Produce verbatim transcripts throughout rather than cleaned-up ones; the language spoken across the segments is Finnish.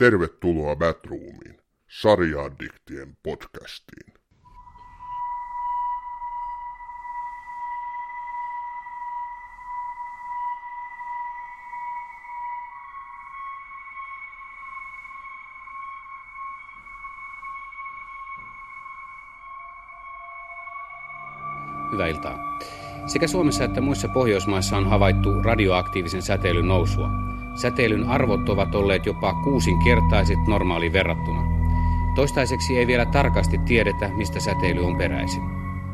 Tervetuloa Batroomiin, sarja-addiktien podcastiin. Hyvää iltaa. Sekä Suomessa että muissa Pohjoismaissa on havaittu radioaktiivisen säteilyn nousua. Säteilyn arvot ovat olleet jopa kuusinkertaiset normaaliin verrattuna. Toistaiseksi ei vielä tarkasti tiedetä, mistä säteily on peräisin.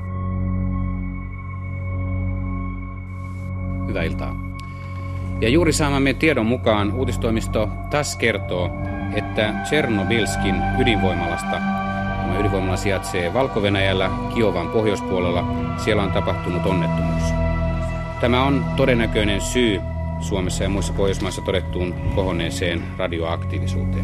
Hyvää iltaa. Ja juuri saamamme tiedon mukaan uutistoimisto taas kertoo, että Tšernobylskin ydinvoimalasta, tämä ydinvoimala sijaitsee Valko-Venäjällä, Kiovan pohjoispuolella, siellä on tapahtunut onnettomuus. Tämä on todennäköinen syy Suomessa ja muissa Pohjoismaissa todettuun kohonneeseen radioaktiivisuuteen.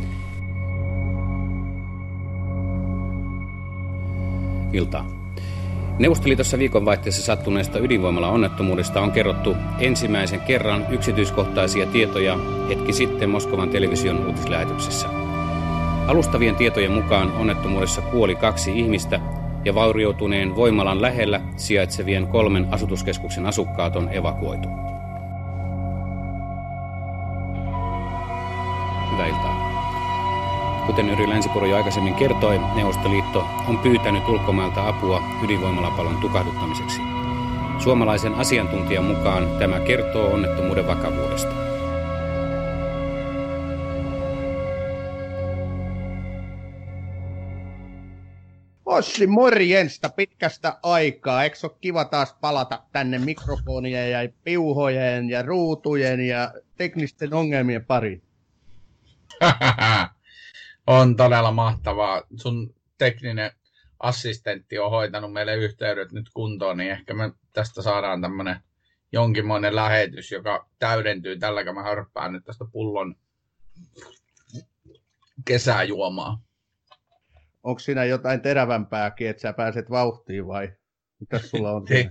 Iltaa. Neuvostoliitossa viikonvaihteessa sattuneesta ydinvoimala-onnettomuudesta on kerrottu ensimmäisen kerran yksityiskohtaisia tietoja hetki sitten Moskovan television uutislähetyksessä. Alustavien tietojen mukaan onnettomuudessa kuoli kaksi ihmistä ja vaurioituneen voimalan lähellä sijaitsevien kolmen asutuskeskuksen asukkaat on evakuoitu. Hyvää iltaa. Kuten Yri Länsipuro jo aikaisemmin kertoi, Neuvostoliitto on pyytänyt ulkomailta apua ydinvoimalapalon tukahduttamiseksi. Suomalaisen asiantuntijan mukaan tämä kertoo onnettomuuden vakavuudesta. Ossi, morjensta pitkästä aikaa. Eikö ole kiva taas palata tänne mikrofonien ja piuhojen ja ruutujen ja teknisten ongelmien pariin? On todella mahtavaa. Sun tekninen assistentti on hoitanut meille yhteydet nyt kuntoon, niin ehkä me tästä saadaan tämmönen jonkinmoinen lähetys, joka täydentyy tällä, kun mä hörppään nyt tästä pullon kesäjuomaa. Onko siinä jotain terävämpääkin, että sä pääset vauhtiin vai mitäs sulla on? Te-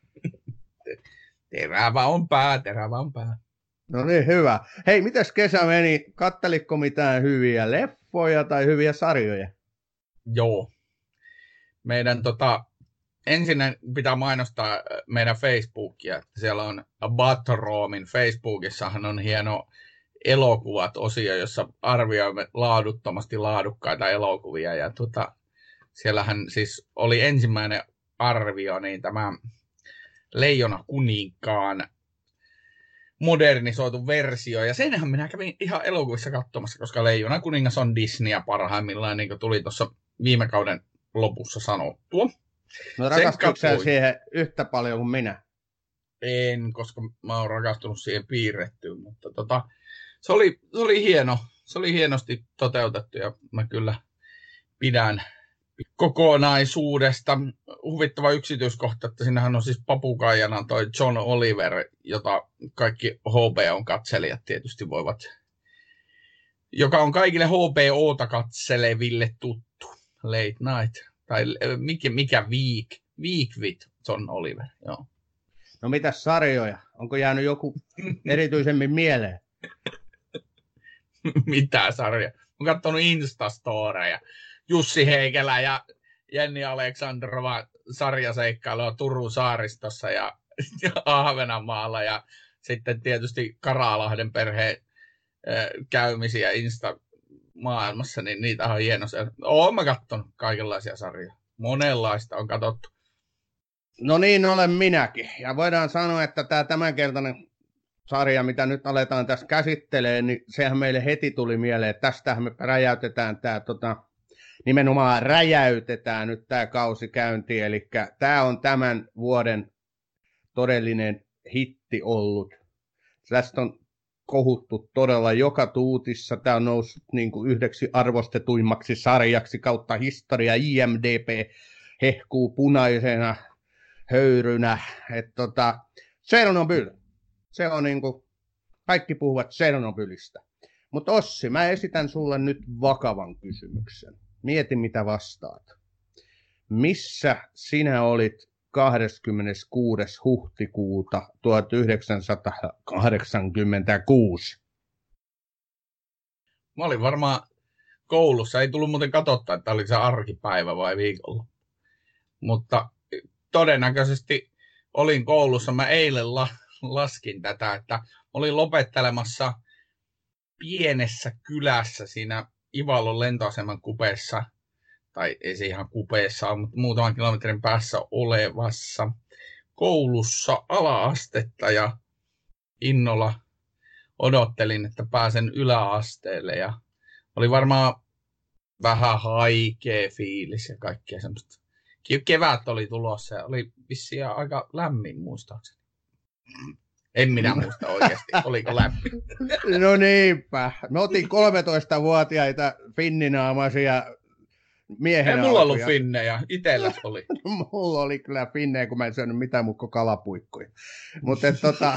terävä on pää, terävä on pää. No niin, hyvä. Hei, mitäs kesä meni? Katteliko mitään hyviä leffoja tai hyviä sarjoja? Joo. Meidän tota, ensin pitää mainostaa meidän Facebookia. Että siellä on Batroomin Facebookissahan on hieno elokuvat-osio, jossa arvioimme laaduttomasti laadukkaita elokuvia. Ja tota, siellähän siis oli ensimmäinen arvio, niin tämä Leijona kuninkaan modernisoitu versio, ja senhän minä kävin ihan elokuvissa katsomassa, koska Leijona kuningas on Disneyä parhaimmillaan, niin kuin tuli tuossa viime kauden lopussa sanottua. No rakastuiko sä siihen yhtä paljon kuin minä? En, koska mä oon rakastunut siihen piirrettyyn, mutta tota, se, oli, se oli hieno, se oli hienosti toteutettu, ja mä kyllä pidän kokonaisuudesta. Huvittava yksityiskohta, että siinähän on siis papukaijana toi John Oliver, jota kaikki H B O-katselijat tietysti voivat, joka on kaikille H B O:ta katseleville tuttu. Late Night, tai mikä, mikä Week, Week with John Oliver, joo. No mitäs sarjoja? Onko jäänyt joku erityisemmin mieleen? Mitä sarjoja? Mä oon katsonut Instastoreja. Jussi Heikelä ja Jenni Aleksandrova sarjaseikkailua Turun saaristossa ja, ja Ahvenanmaalla ja sitten tietysti Karalahden perheen äh, käymisiä Insta-maailmassa, niin niitä on hienoja. Oon mä katsonut kaikenlaisia sarjoja. Monenlaista on katsottu. No niin, olen minäkin. Ja voidaan sanoa, että tämä tämänkertainen sarja, mitä nyt aletaan tässä käsittelemään, niin sehän meille heti tuli mieleen, että tästähän me räjäytetään tämä tota, nimenomaan räjäytetään nyt tämä kausi käyntiin, eli tämä on tämän vuoden todellinen hitti ollut. Tästä on kohuttu todella joka tuutissa, tämä on noussut niin kuin yhdeksi arvostetuimmaksi sarjaksi kautta historia, I M D B hehkuu punaisena höyrynä, että tota, Tšernobyl, se on niin kuin, kaikki puhuvat Tšernobylistä. Mutta Ossi, mä esitän sulle nyt vakavan kysymyksen. Mieti, mitä vastaat. Missä sinä olit kahdeskymmeneskuudes huhtikuuta tuhatyhdeksänsataakahdeksankymmentäkuusi? Mä olin varmaan koulussa. Ei tullut muuten katsottaa, että oli se arkipäivä vai viikolla. Mutta todennäköisesti olin koulussa. Mä eilen la- laskin tätä, että olin lopettelemassa pienessä kylässä siinä Ivalon lentoaseman kupeessa, tai ei se ihan kupeessa, mutta muutaman kilometrin päässä olevassa koulussa ala-astetta ja innolla odottelin, että pääsen yläasteelle ja oli varmaan vähän haikea fiilis ja kaikkea semmoista. Kevät oli tulossa ja oli vissiin aika lämmin muistaakseni. En minä muista oikeasti, oliko lämmin. No niinpä. Me oltiin kolmetoistavuotiaita finninaamaisia miehen. Ei mulla ollut finnejä, itselläs oli. Mulla oli kyllä finnejä, kun mä en syönyt mitään muuta kuin kalapuikkoja. Mutta tota,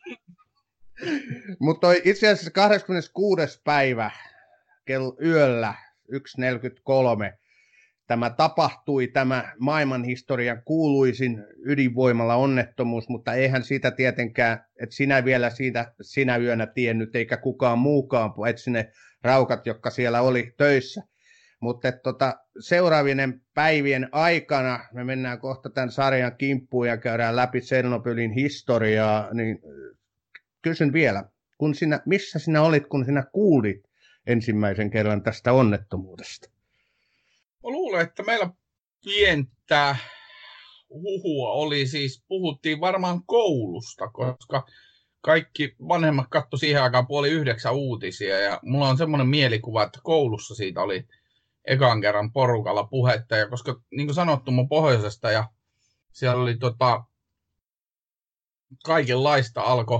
Mut itse asiassa kahdeskymmeneskuudes päivä kello yöllä yksi neljäkymmentäkolme tämä tapahtui, tämä maailmanhistorian kuuluisin ydinvoimalla onnettomuus, mutta eihän siitä tietenkään, että sinä vielä siitä sinä yönä tiennyt, eikä kukaan muukaan, paitsi ne raukat, jotka siellä oli töissä. Mutta tota, seuraavien päivien aikana, me mennään kohta tämän sarjan kimppuun ja käydään läpi Tšernobylin historiaa, niin kysyn vielä, kun sinä, missä sinä olit, kun sinä kuulit ensimmäisen kerran tästä onnettomuudesta? Mä luulen, että meillä pientä huhua oli siis, puhuttiin varmaan koulusta, koska kaikki vanhemmat katsoi siihen aikaan puoli yhdeksän uutisia ja mulla on semmoinen mielikuva, että koulussa siitä oli ekan kerran porukalla puhetta. Ja koska niin kuin sanottu, mun pohjoisesta ja siellä oli tota, kaikenlaista alkoi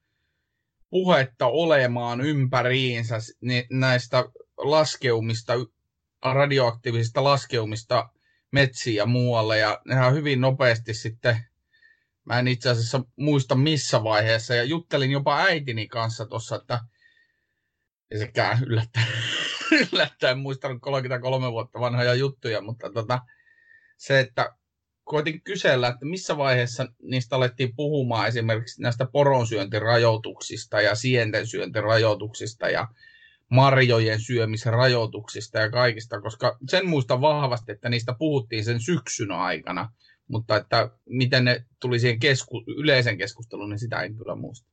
puhetta olemaan ympäriinsä näistä laskeumista, radioaktiivisista laskeumista metsiin ja muualle. Ja nehän hyvin nopeasti sitten, mä en itse asiassa muista missä vaiheessa, ja juttelin jopa äitini kanssa tuossa, että ei sekään yllättäen, yllättäen muistanut kolmekymmentäkolme vuotta vanhoja juttuja, mutta tota, se, että koitin kysellä, että missä vaiheessa niistä alettiin puhumaan esimerkiksi näistä poronsyöntirajoituksista ja sienten syöntirajoituksista ja marjojen syömisrajoituksista ja kaikista, koska sen muistan vahvasti, että niistä puhuttiin sen syksyn aikana, mutta että miten ne tuli siihen kesku- yleisen keskusteluun, niin sitä en kyllä muista.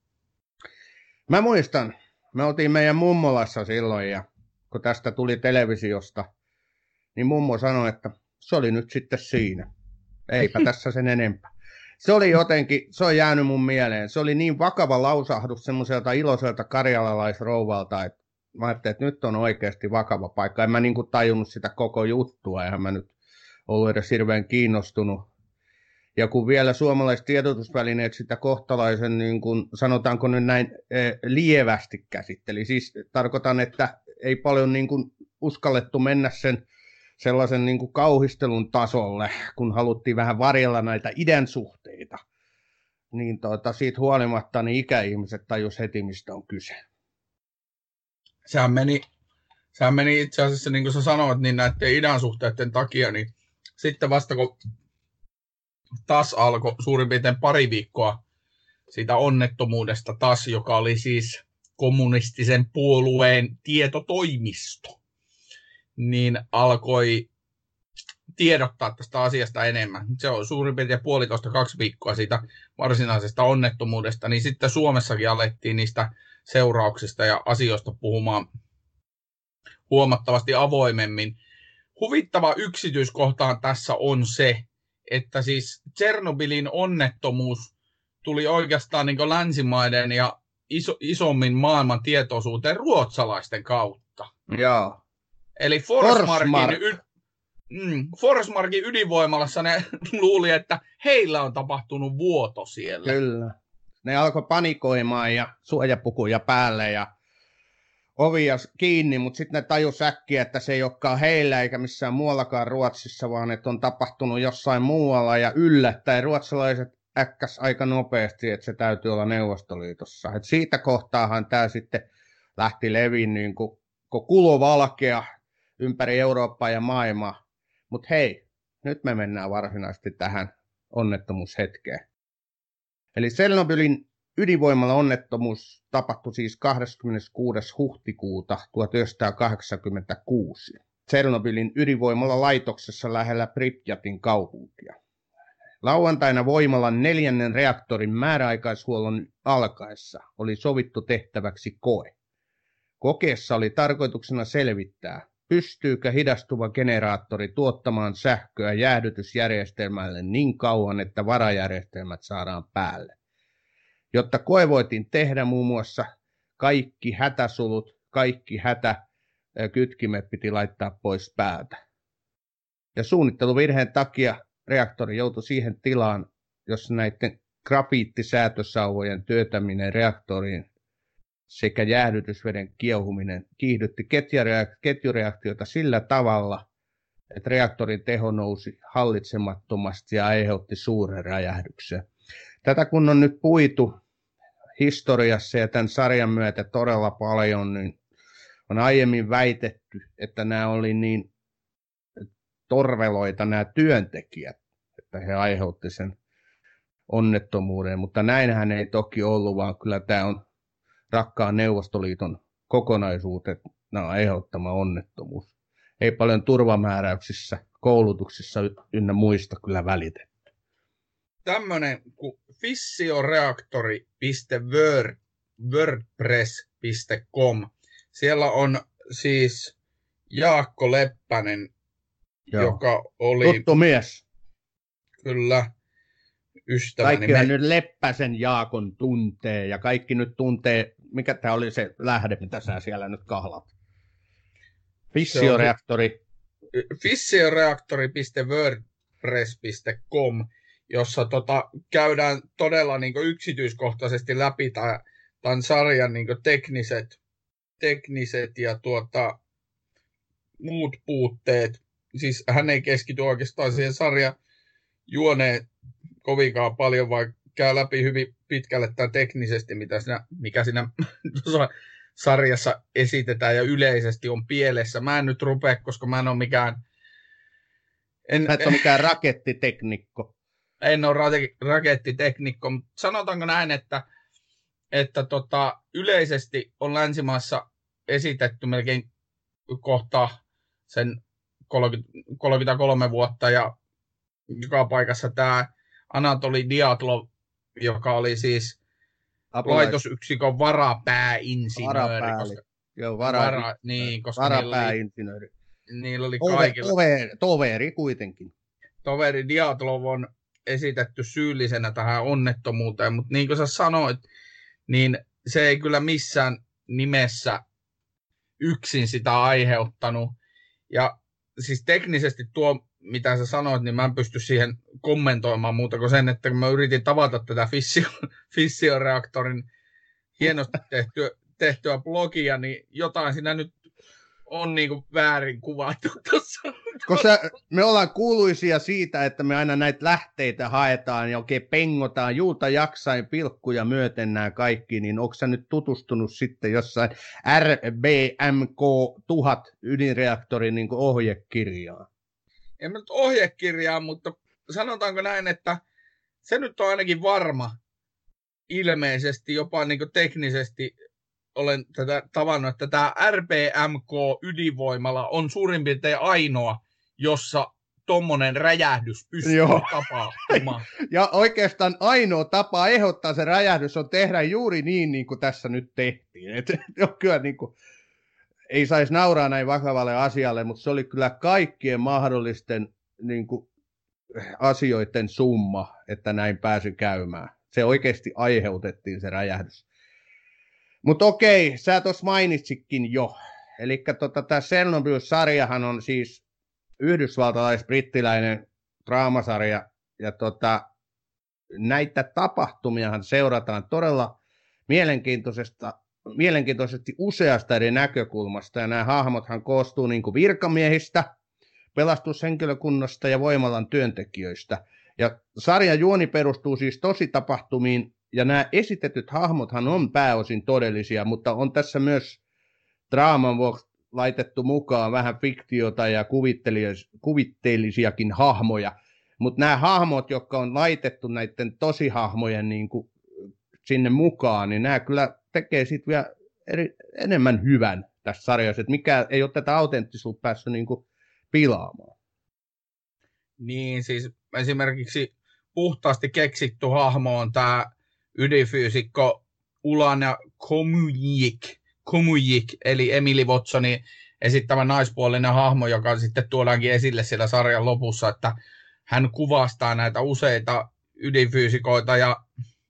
Mä muistan, me oltiin meidän mummolassa silloin ja kun tästä tuli televisiosta, niin mummo sanoi, että se oli nyt sitten siinä. Eipä tässä sen enempää. Se oli jotenkin, se on jäänyt mun mieleen. Se oli niin vakava lausahdus semmoiselta iloiselta karjalalaisrouvalta, että mä ajattelin, että nyt on oikeasti vakava paikka. En mä niin kuin tajunnut sitä koko juttua, eihän mä nyt ollut edes hirveän kiinnostunut. Ja kun vielä suomalaiset tiedotusvälineet sitä kohtalaisen, niin kuin, sanotaanko nyt näin, lievästi käsitteli. Siis tarkoitan, että ei paljon niin kuin uskallettu mennä sen sellaisen niin kuin kauhistelun tasolle, kun haluttiin vähän varjella näitä idän suhteita. Niin tuota, siitä huolimatta niin ikäihmiset tajus heti, mistä on kyse. Sehän meni, sehän meni itse asiassa, niin kuin sä sanoit, niin näiden idän suhteiden takia, niin sitten vasta kun taas alkoi suurin piirtein pari viikkoa siitä onnettomuudesta taas, joka oli siis kommunistisen puolueen tietotoimisto, niin alkoi tiedottaa tästä asiasta enemmän. Se on suurin piirtein puolitoista kaksi viikkoa siitä varsinaisesta onnettomuudesta, niin sitten Suomessakin alettiin niistä seurauksista ja asioista puhumaan huomattavasti avoimemmin. Huvittava yksityiskohtaan tässä on se, että siis Tšernobylin onnettomuus tuli oikeastaan niin kuin länsimaiden ja iso, isommin maailman tietoisuuteen ruotsalaisten kautta. Joo. Eli Forsmarkin, y, mm, Forsmarkin ydinvoimalassa ne luuli, että heillä on tapahtunut vuoto siellä. Kyllä. Ne alkoi panikoimaan ja suojapukuja päälle ja ovia kiinni, mutta sitten ne tajus äkkiä, että se ei olekaan heillä eikä missään muuallakaan Ruotsissa, vaan että on tapahtunut jossain muualla ja yllättäen ruotsalaiset äkkäs aika nopeasti, että se täytyy olla Neuvostoliitossa. Et siitä kohtaahan tämä sitten lähti leviin niin kuin kulovalkea ympäri Eurooppaa ja maailmaa. Mutta hei, nyt me mennään varsinaisesti tähän onnettomuushetkeen. Eli Tšernobylin ydinvoimalla onnettomuus tapahtui siis kahdeskymmeneskuudes huhtikuuta tuhatyhdeksänsataakahdeksankymmentäkuusi. Tsernobylin ydinvoimalla laitoksessa lähellä Pripyatin kaupunkia. Lauantaina voimalan neljännen reaktorin määräaikaishuollon alkaessa oli sovittu tehtäväksi koe. Kokeessa oli tarkoituksena selvittää, pystyykö hidastuva generaattori tuottamaan sähköä jäähdytysjärjestelmälle niin kauan, että varajärjestelmät saadaan päälle. Jotta koe voitiin tehdä, muun muassa kaikki hätäsulut, kaikki hätäkytkimet piti laittaa pois päältä. Ja suunnitteluvirheen takia reaktori joutui siihen tilaan, jossa näiden grafiittisäätösauvojen työtäminen reaktoriin sekä jäähdytysveden kiehuminen kiihdytti ketjureaktiota sillä tavalla, että reaktorin teho nousi hallitsemattomasti ja aiheutti suuren räjähdyksen. Tätä kun on nyt puitu historiassa ja tämän sarjan myötä todella paljon, niin on aiemmin väitetty, että nämä oli niin torveloita nämä työntekijät, että he aiheutti sen onnettomuuden, mutta näinhän ei toki ollut, vaan kyllä tämä on rakkaan Neuvostoliiton kokonaisuutena aiheuttama onnettomuus. Ei paljon turvamääräyksissä, koulutuksissa ynnä muista kyllä välitetty. Tämmöinen kuin fissioreaktori piste wordpress piste com. Siellä on siis Jaakko Leppänen, Joo. joka oli... Tuttu mies. Kyllä, ystäväni. Kaikkihan me... nyt Leppäsen Jaakon tuntee, ja kaikki nyt tuntee, mikä tämä oli se lähde, mitä sä siellä nyt kahlat. Fissioreaktori. fissioreaktori piste wordpress piste com, jossa tota, käydään todella niin kuin yksityiskohtaisesti läpi tämän, tämän sarjan niin kuin tekniset, tekniset ja tuota, muut puutteet. Siis hän ei keskity oikeastaan siihen sarjan juoneen kovinkaan paljon, vaan käy läpi hyvin pitkälle tämä teknisesti, mitä siinä, mikä siinä sarjassa esitetään ja yleisesti on pielessä. Mä en nyt rupea, koska mä en ole mikään... En, Sä et ole mikään rakettiteknikko. En ole rakettiteknikko, mutta sanotaanko näin, että, että tota, yleisesti on länsimaissa esitetty melkein kohta sen kolmekymmentäkolme vuotta ja joka paikassa tämä Anatoli Diatlov, joka oli siis Apulais. laitosyksikön varapääinsinööri. Koska, Joo, vara, vara, niin, koska varapääinsinööri. Niillä oli, niillä oli Tove, kaikilla. Toveri, toveri kuitenkin. Toveri Diatlov on esitetty syyllisenä tähän onnettomuuteen, mutta niin kuin sä sanoit, niin se ei kyllä missään nimessä yksin sitä aiheuttanut. Ja siis teknisesti tuo, mitä sä sanoit, niin mä en pysty siihen kommentoimaan muuta kuin sen, että kun mä yritin tavata tätä fissio, fissioreaktorin hienosti tehtyä, tehtyä blogia, niin jotain siinä nyt on niin kuin väärin kuvattu tuossa. Koska me ollaan kuuluisia siitä, että me aina näitä lähteitä haetaan ja oikein pengotaan juuta jaksain pilkkuja myöten nämä kaikki, niin onko sä nyt tutustunut sitten jossain R B M K tuhat ydinreaktorin niin kuin ohjekirjaan? En nyt ohjekirjaa, mutta sanotaanko näin, että se nyt on ainakin varma. Ilmeisesti jopa niin kuin teknisesti olen tätä tavannut, että tämä R B M K-ydinvoimala on suurin piirtein ainoa, jossa tommonen räjähdys pystyy Joo. tapahtumaan. Ja oikeastaan ainoa tapa ehdottaa se räjähdys on tehdä juuri niin, niin kuin tässä nyt tehtiin. Et, kyllä niin kuin, ei saisi nauraa näin vakavalle asialle, mutta se oli kyllä kaikkien mahdollisten niin kuin, asioiden summa, että näin pääsi käymään. Se oikeasti aiheutettiin se räjähdys. Mutta okei, sä tuossa mainitsikin jo. Eli tota, tämä Chernobyl-sarjahan on siis yhdysvaltalais-brittiläinen draamasarja. Ja tota, näitä tapahtumiahan seurataan todella mielenkiintoisesta, mielenkiintoisesti useasta eri näkökulmasta. Ja nämä hahmothan koostuu niin kuin virkamiehistä, pelastushenkilökunnasta ja voimalan työntekijöistä. Ja sarjan juoni perustuu siis tositapahtumiin. Ja nämä esitetyt hahmothan on pääosin todellisia, mutta on tässä myös draaman vuoksi laitettu mukaan vähän fiktiota ja kuvitteellisiakin hahmoja. Mutta nämä hahmot, jotka on laitettu näiden tosihahmojen niin kuin sinne mukaan, niin nämä kyllä tekee sitten vielä eri, enemmän hyvän tässä sarjassa, että mikä ei ole tätä autenttisuutta päässyt niin kuin pilaamaan. Niin, siis esimerkiksi puhtaasti keksitty hahmo on tämä ydinfyysikko Ulana Komujik, Komujik, eli Emily Watsonin esittävä naispuolinen hahmo, joka sitten tuodaankin esille siellä sarjan lopussa, että hän kuvastaa näitä useita ydinfyysikoita ja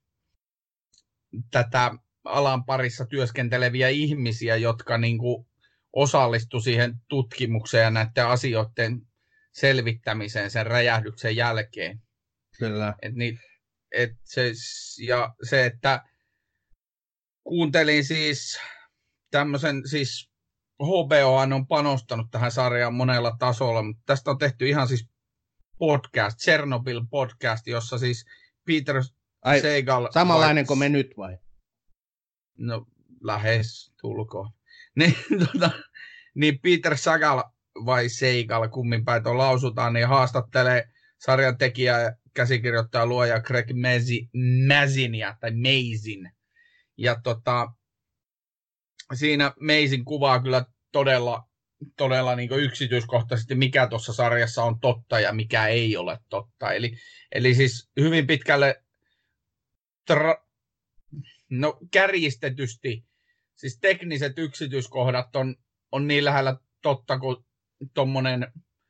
tätä alan parissa työskenteleviä ihmisiä, jotka niin kuin osallistu siihen tutkimukseen ja näiden asioiden selvittämiseen sen räjähdyksen jälkeen. Kyllä. Et niin, et se, ja se, että kuuntelin siis tämmöisen, siis H B O on panostanut tähän sarjaan monella tasolla, mutta tästä on tehty ihan siis podcast, Chernobyl podcast, jossa siis Peter Ai, Sagal... Samanlainen kuin me nyt vai? No, lähes tulkoon. Niin, tota, niin Peter Sagal vai Sagal, kummin päin tuon lausutaan, niin haastattelee sarjan tekijä, käsikirjoittaja, luoja Greg Mazinia, tai Mazin. Ja tota, siinä Mazin kuvaa kyllä todella, todella niin kuin yksityiskohtaisesti, mikä tuossa sarjassa on totta ja mikä ei ole totta. Eli, eli siis hyvin pitkälle tra- no, kärjistetysti, siis tekniset yksityiskohdat on, on niin lähellä totta kuin tuommoinen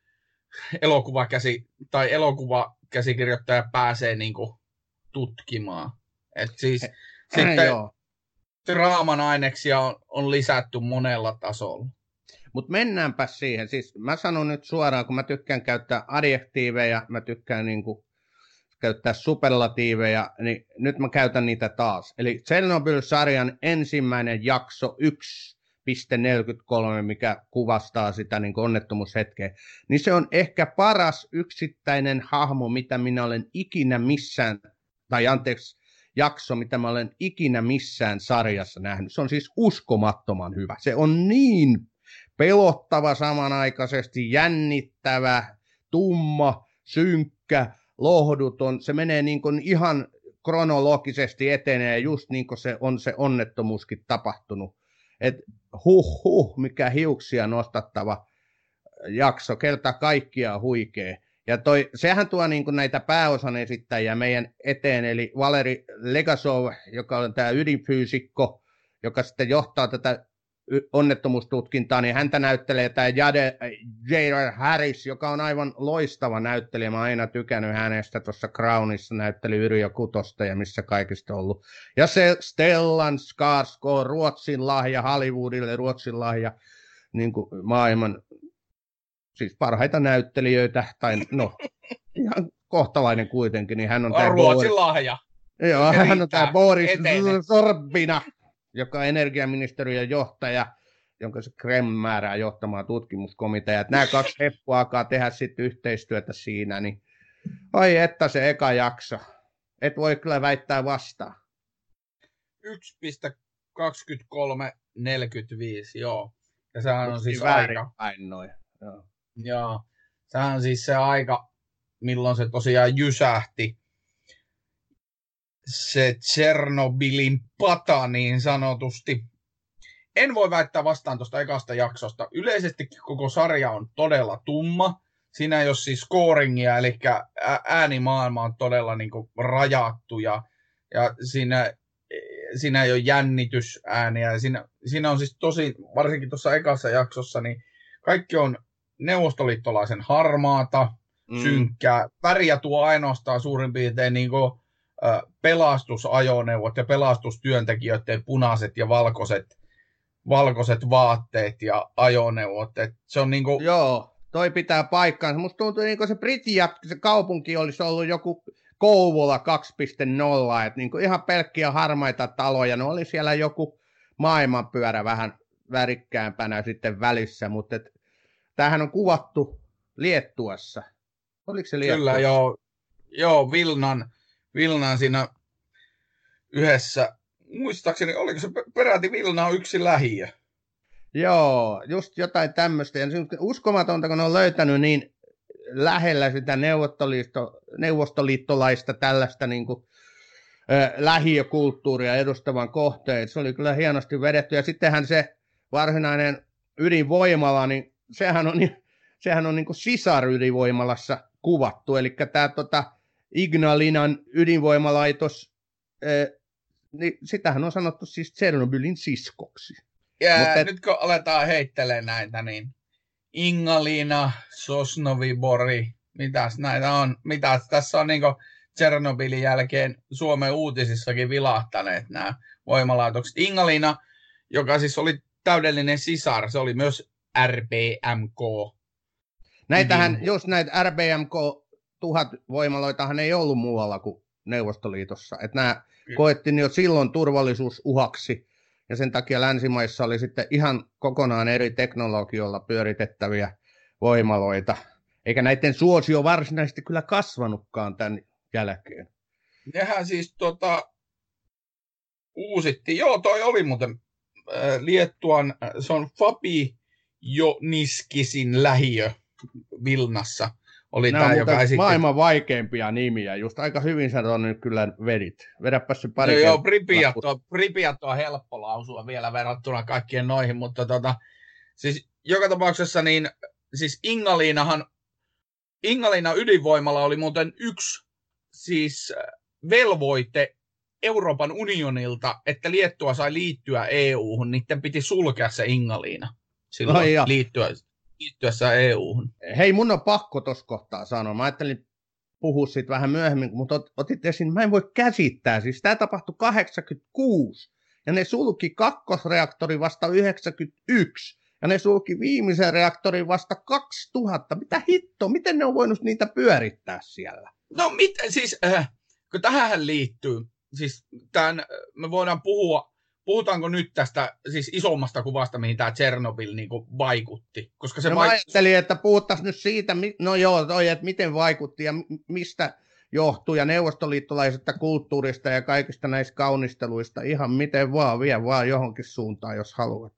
elokuvakäsi tai elokuvakäsikirjoittaja pääsee niin kuin tutkimaan. Et siis He, sitten joo. draaman aineksia on, on lisätty monella tasolla. Mutta mennäänpä siihen. Siis mä sanon nyt suoraan, kun mä tykkään käyttää adjektiiveja, mä tykkään niinku käyttää superlatiiveja, niin nyt mä käytän niitä taas. Eli Chernobyl-sarjan ensimmäinen jakso yksi pilkku neljäkymmentäkolme, mikä kuvastaa sitä niin kuin onnettomuushetkeä, niin se on ehkä paras yksittäinen hahmo, mitä minä olen ikinä missään, tai anteeksi, jakso, mitä mä olen ikinä missään sarjassa nähnyt. Se on siis uskomattoman hyvä. Se on niin pelottava samanaikaisesti, jännittävä, tumma, synkkä, lohduton. Se menee niin kuin ihan kronologisesti etenee, just niin kuin se on se onnettomuuskin tapahtunut. Et huh huh, mikä hiuksia nostattava jakso, keltä kaikkia huikee. Ja toi, sehän tuo niin kuin näitä pääosan esittäjiä meidän eteen, eli Valeri Legasov, joka on tämä ydinfyysikko, joka sitten johtaa tätä onnettomuustutkintaa, niin häntä näyttelee tämä Jade J R Harris, joka on aivan loistava näyttelijä. Mä oon aina tykännyt hänestä tuossa Crownissa, näytteli Yrjö Kutosta ja missä kaikista on ollut. Ja se Stellan Skarsgård, Ruotsin lahja Hollywoodille, Ruotsin lahja niin kuin maailman siis parhaita näyttelijöitä, tai no ihan kohtalainen kuitenkin, niin hän on tämä Ruotsin lahja. Joo, hän on tämä Boris etene. Sorbina, joka on energiaministeriön johtaja, jonka se Kreml määrää johtamaan tutkimuskomitea. Nämä kaksi heppua alkaa tehdä sitten yhteistyötä siinä, niin oi että se eka jakso. Et voi kyllä väittää vastaan. yksi pilkku kaksikymmentäkolme neljäkymmentäviisi, joo. Ja sehän on siis väärin aika. Päin noin. Joo. Joo. Sehän on siis se aika, milloin se tosiaan jysähti. Se Tchernobylin pata niin sanotusti. En voi väittää vastaan tuosta ekasta jaksosta. Yleisestikin koko sarja on todella tumma. Siinä ei ole siis scoringia, eli äänimaailma on todella niin kuin rajattu ja, ja siinä, siinä ei ole jännitysääniä. Siinä, siinä on siis tosi, varsinkin tuossa ekassa jaksossa, niin kaikki on neuvostoliittolaisen harmaata, mm. synkkää. Väriä tuo ainoastaan suurin piirtein niin kuin pelastusajoneuvot ja pelastustyöntekijöiden punaiset ja valkoiset, valkoiset vaatteet ja ajoneuvot. Et se on niinku... Joo, toi pitää paikkaansa. Musta tuntuu, niin kuin se Pripjat, se kaupunki olisi ollut joku Kouvola kaksi piste nolla, että niin ihan pelkkiä harmaita taloja. No oli siellä joku maailmanpyörä vähän värikkäämpänä sitten välissä, mutta et, tämähän on kuvattu Liettuassa. Oliko se Liettuassa? Kyllä, joo. Joo, Vilnan, Vilnan siinä yhdessä, muistaakseni, oliko se peräti Vilna on yksi lähiö? Joo, just jotain tämmöistä. Ja uskomatonta, kun ne on löytänyt niin lähellä sitä neuvostoliitto, neuvostoliittolaista tällaista niin kuin, lähiökulttuuria edustavan kohteen. Se oli kyllä hienosti vedetty. Ja sittenhän se varsinainen ydinvoimala, niin sehän on, sehän on niin kuin sisarydinvoimalassa kuvattu. Eli tämä tota, Ignalinan ydinvoimalaitos, niin sitähän on sanottu siis Tšernobylin siskoksi. Ja Mutta et... nyt kun aletaan heittelemään näitä, niin Ignalina, Sosnovyj Bori, mitäs näitä on? Mitäs tässä on niin kuin Tšernobylin jälkeen Suomen uutisissakin vilahtaneet nämä voimalaitokset. Ignalina, joka siis oli täydellinen sisar, se oli myös R B M K. Näitähän, ydin... just näitä R B M K tuhat voimaloitahan ei ollut muualla kuin Neuvostoliitossa. Että nämä koettiin jo silloin turvallisuusuhaksi, ja sen takia länsimaissa oli sitten ihan kokonaan eri teknologioilla pyöritettäviä voimaloita. Eikä näiden suosio varsinaisesti kyllä kasvanutkaan tämän jälkeen. Nehän siis tota, uusittiin. Joo, toi oli muuten äh, Liettuan, äh, se on Fabijoniskisin lähiö Vilnassa. Oli nämä tämä, on joka esitti... maailman vaikeimpia nimiä. Just aika hyvin sä tuonne nyt kyllä vedit. Vedäpäs se pari no, joo, Pripyat on, Pripyat on helppo lausua vielä verrattuna kaikkien noihin, mutta tota, siis joka tapauksessa niin, siis Ignalinahan, Ignalina ydinvoimala oli muuten yksi siis velvoite Euroopan unionilta, että Liettua sai liittyä E U-hun, niiden piti sulkea se Ignalina silloin no, liittyä, liittyessä E U-hun. Hei, mun on pakko tuossa kohtaa sanoa. Mä ajattelin puhua siitä vähän myöhemmin, mutta otit esiin, mä en voi käsittää. Siis tämä tapahtui kahdeksankymmentäkuusi, ja ne sulki kakkosreaktori vasta yhdeksänkymmentäyksi, ja ne sulki viimeisen reaktorin vasta kaksituhatta. Mitä hitto, miten ne on voinut niitä pyörittää siellä? No mit, siis, äh, kun tähän liittyy, siis tämän, me voidaan puhua, puhutaanko nyt tästä siis isommasta kuvasta, mihin tämä Tšernobyl niin kuin vaikutti? Koska se no vaik- mä ajattelin, että puhuttaisiin nyt siitä, no joo, toi, että miten vaikutti ja mistä johtuu, ja neuvostoliittolaisesta kulttuurista ja kaikista näistä kaunisteluista, ihan miten vaan, vie vaan johonkin suuntaan, jos haluat.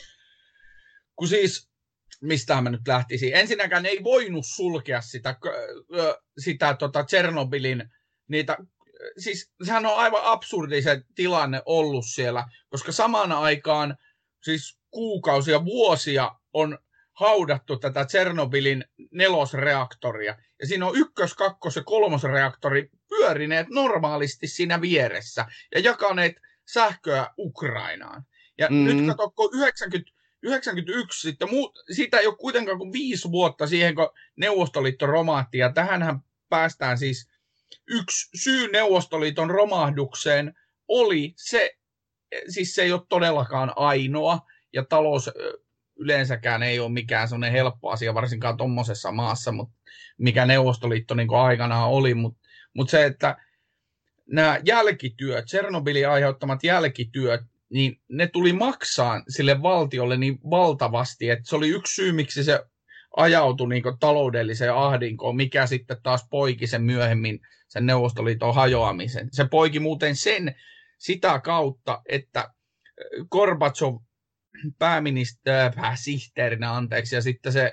Kun siis, mistä mä nyt lähtisin? Ensinnäkään ei voinut sulkea sitä, sitä tota Tšernobylin, niitä, siis sehän on aivan absurdi se tilanne ollut siellä, koska samaan aikaan siis kuukausia, vuosia on haudattu tätä Tšernobylin nelosreaktoria, ja siinä on ykkös-, kakkos- ja kolmosreaktori pyörineet normaalisti siinä vieressä, ja jakaneet sähköä Ukrainaan. Ja mm. nyt katsokko yhdeksänkymmentä yhdeksänkymmentäyksi, sitten muu, siitä ei ole kuitenkaan kuin viisi vuotta siihen, kun Neuvostoliitto romahti, ja tähänhän päästään siis, yksi syy Neuvostoliiton romahdukseen oli se, siis se ei ole todellakaan ainoa, ja talous yleensäkään ei ole mikään sellainen helppo asia, varsinkaan tuommoisessa maassa, mutta mikä Neuvostoliitto niin kuin aikanaan oli, mutta mut se, että nämä jälkityöt, Tšernobylin aiheuttamat jälkityöt, niin ne tuli maksaa sille valtiolle niin valtavasti, että se oli yksi syy, miksi se ajautui niin kuin taloudelliseen ahdinkoon, mikä sitten taas poiki sen myöhemmin sen Neuvostoliiton hajoamisen. Se poiki muuten sen sitä kautta, että Gorbačov pääministeri, pääsihteerinä, anteeksi, ja sitten se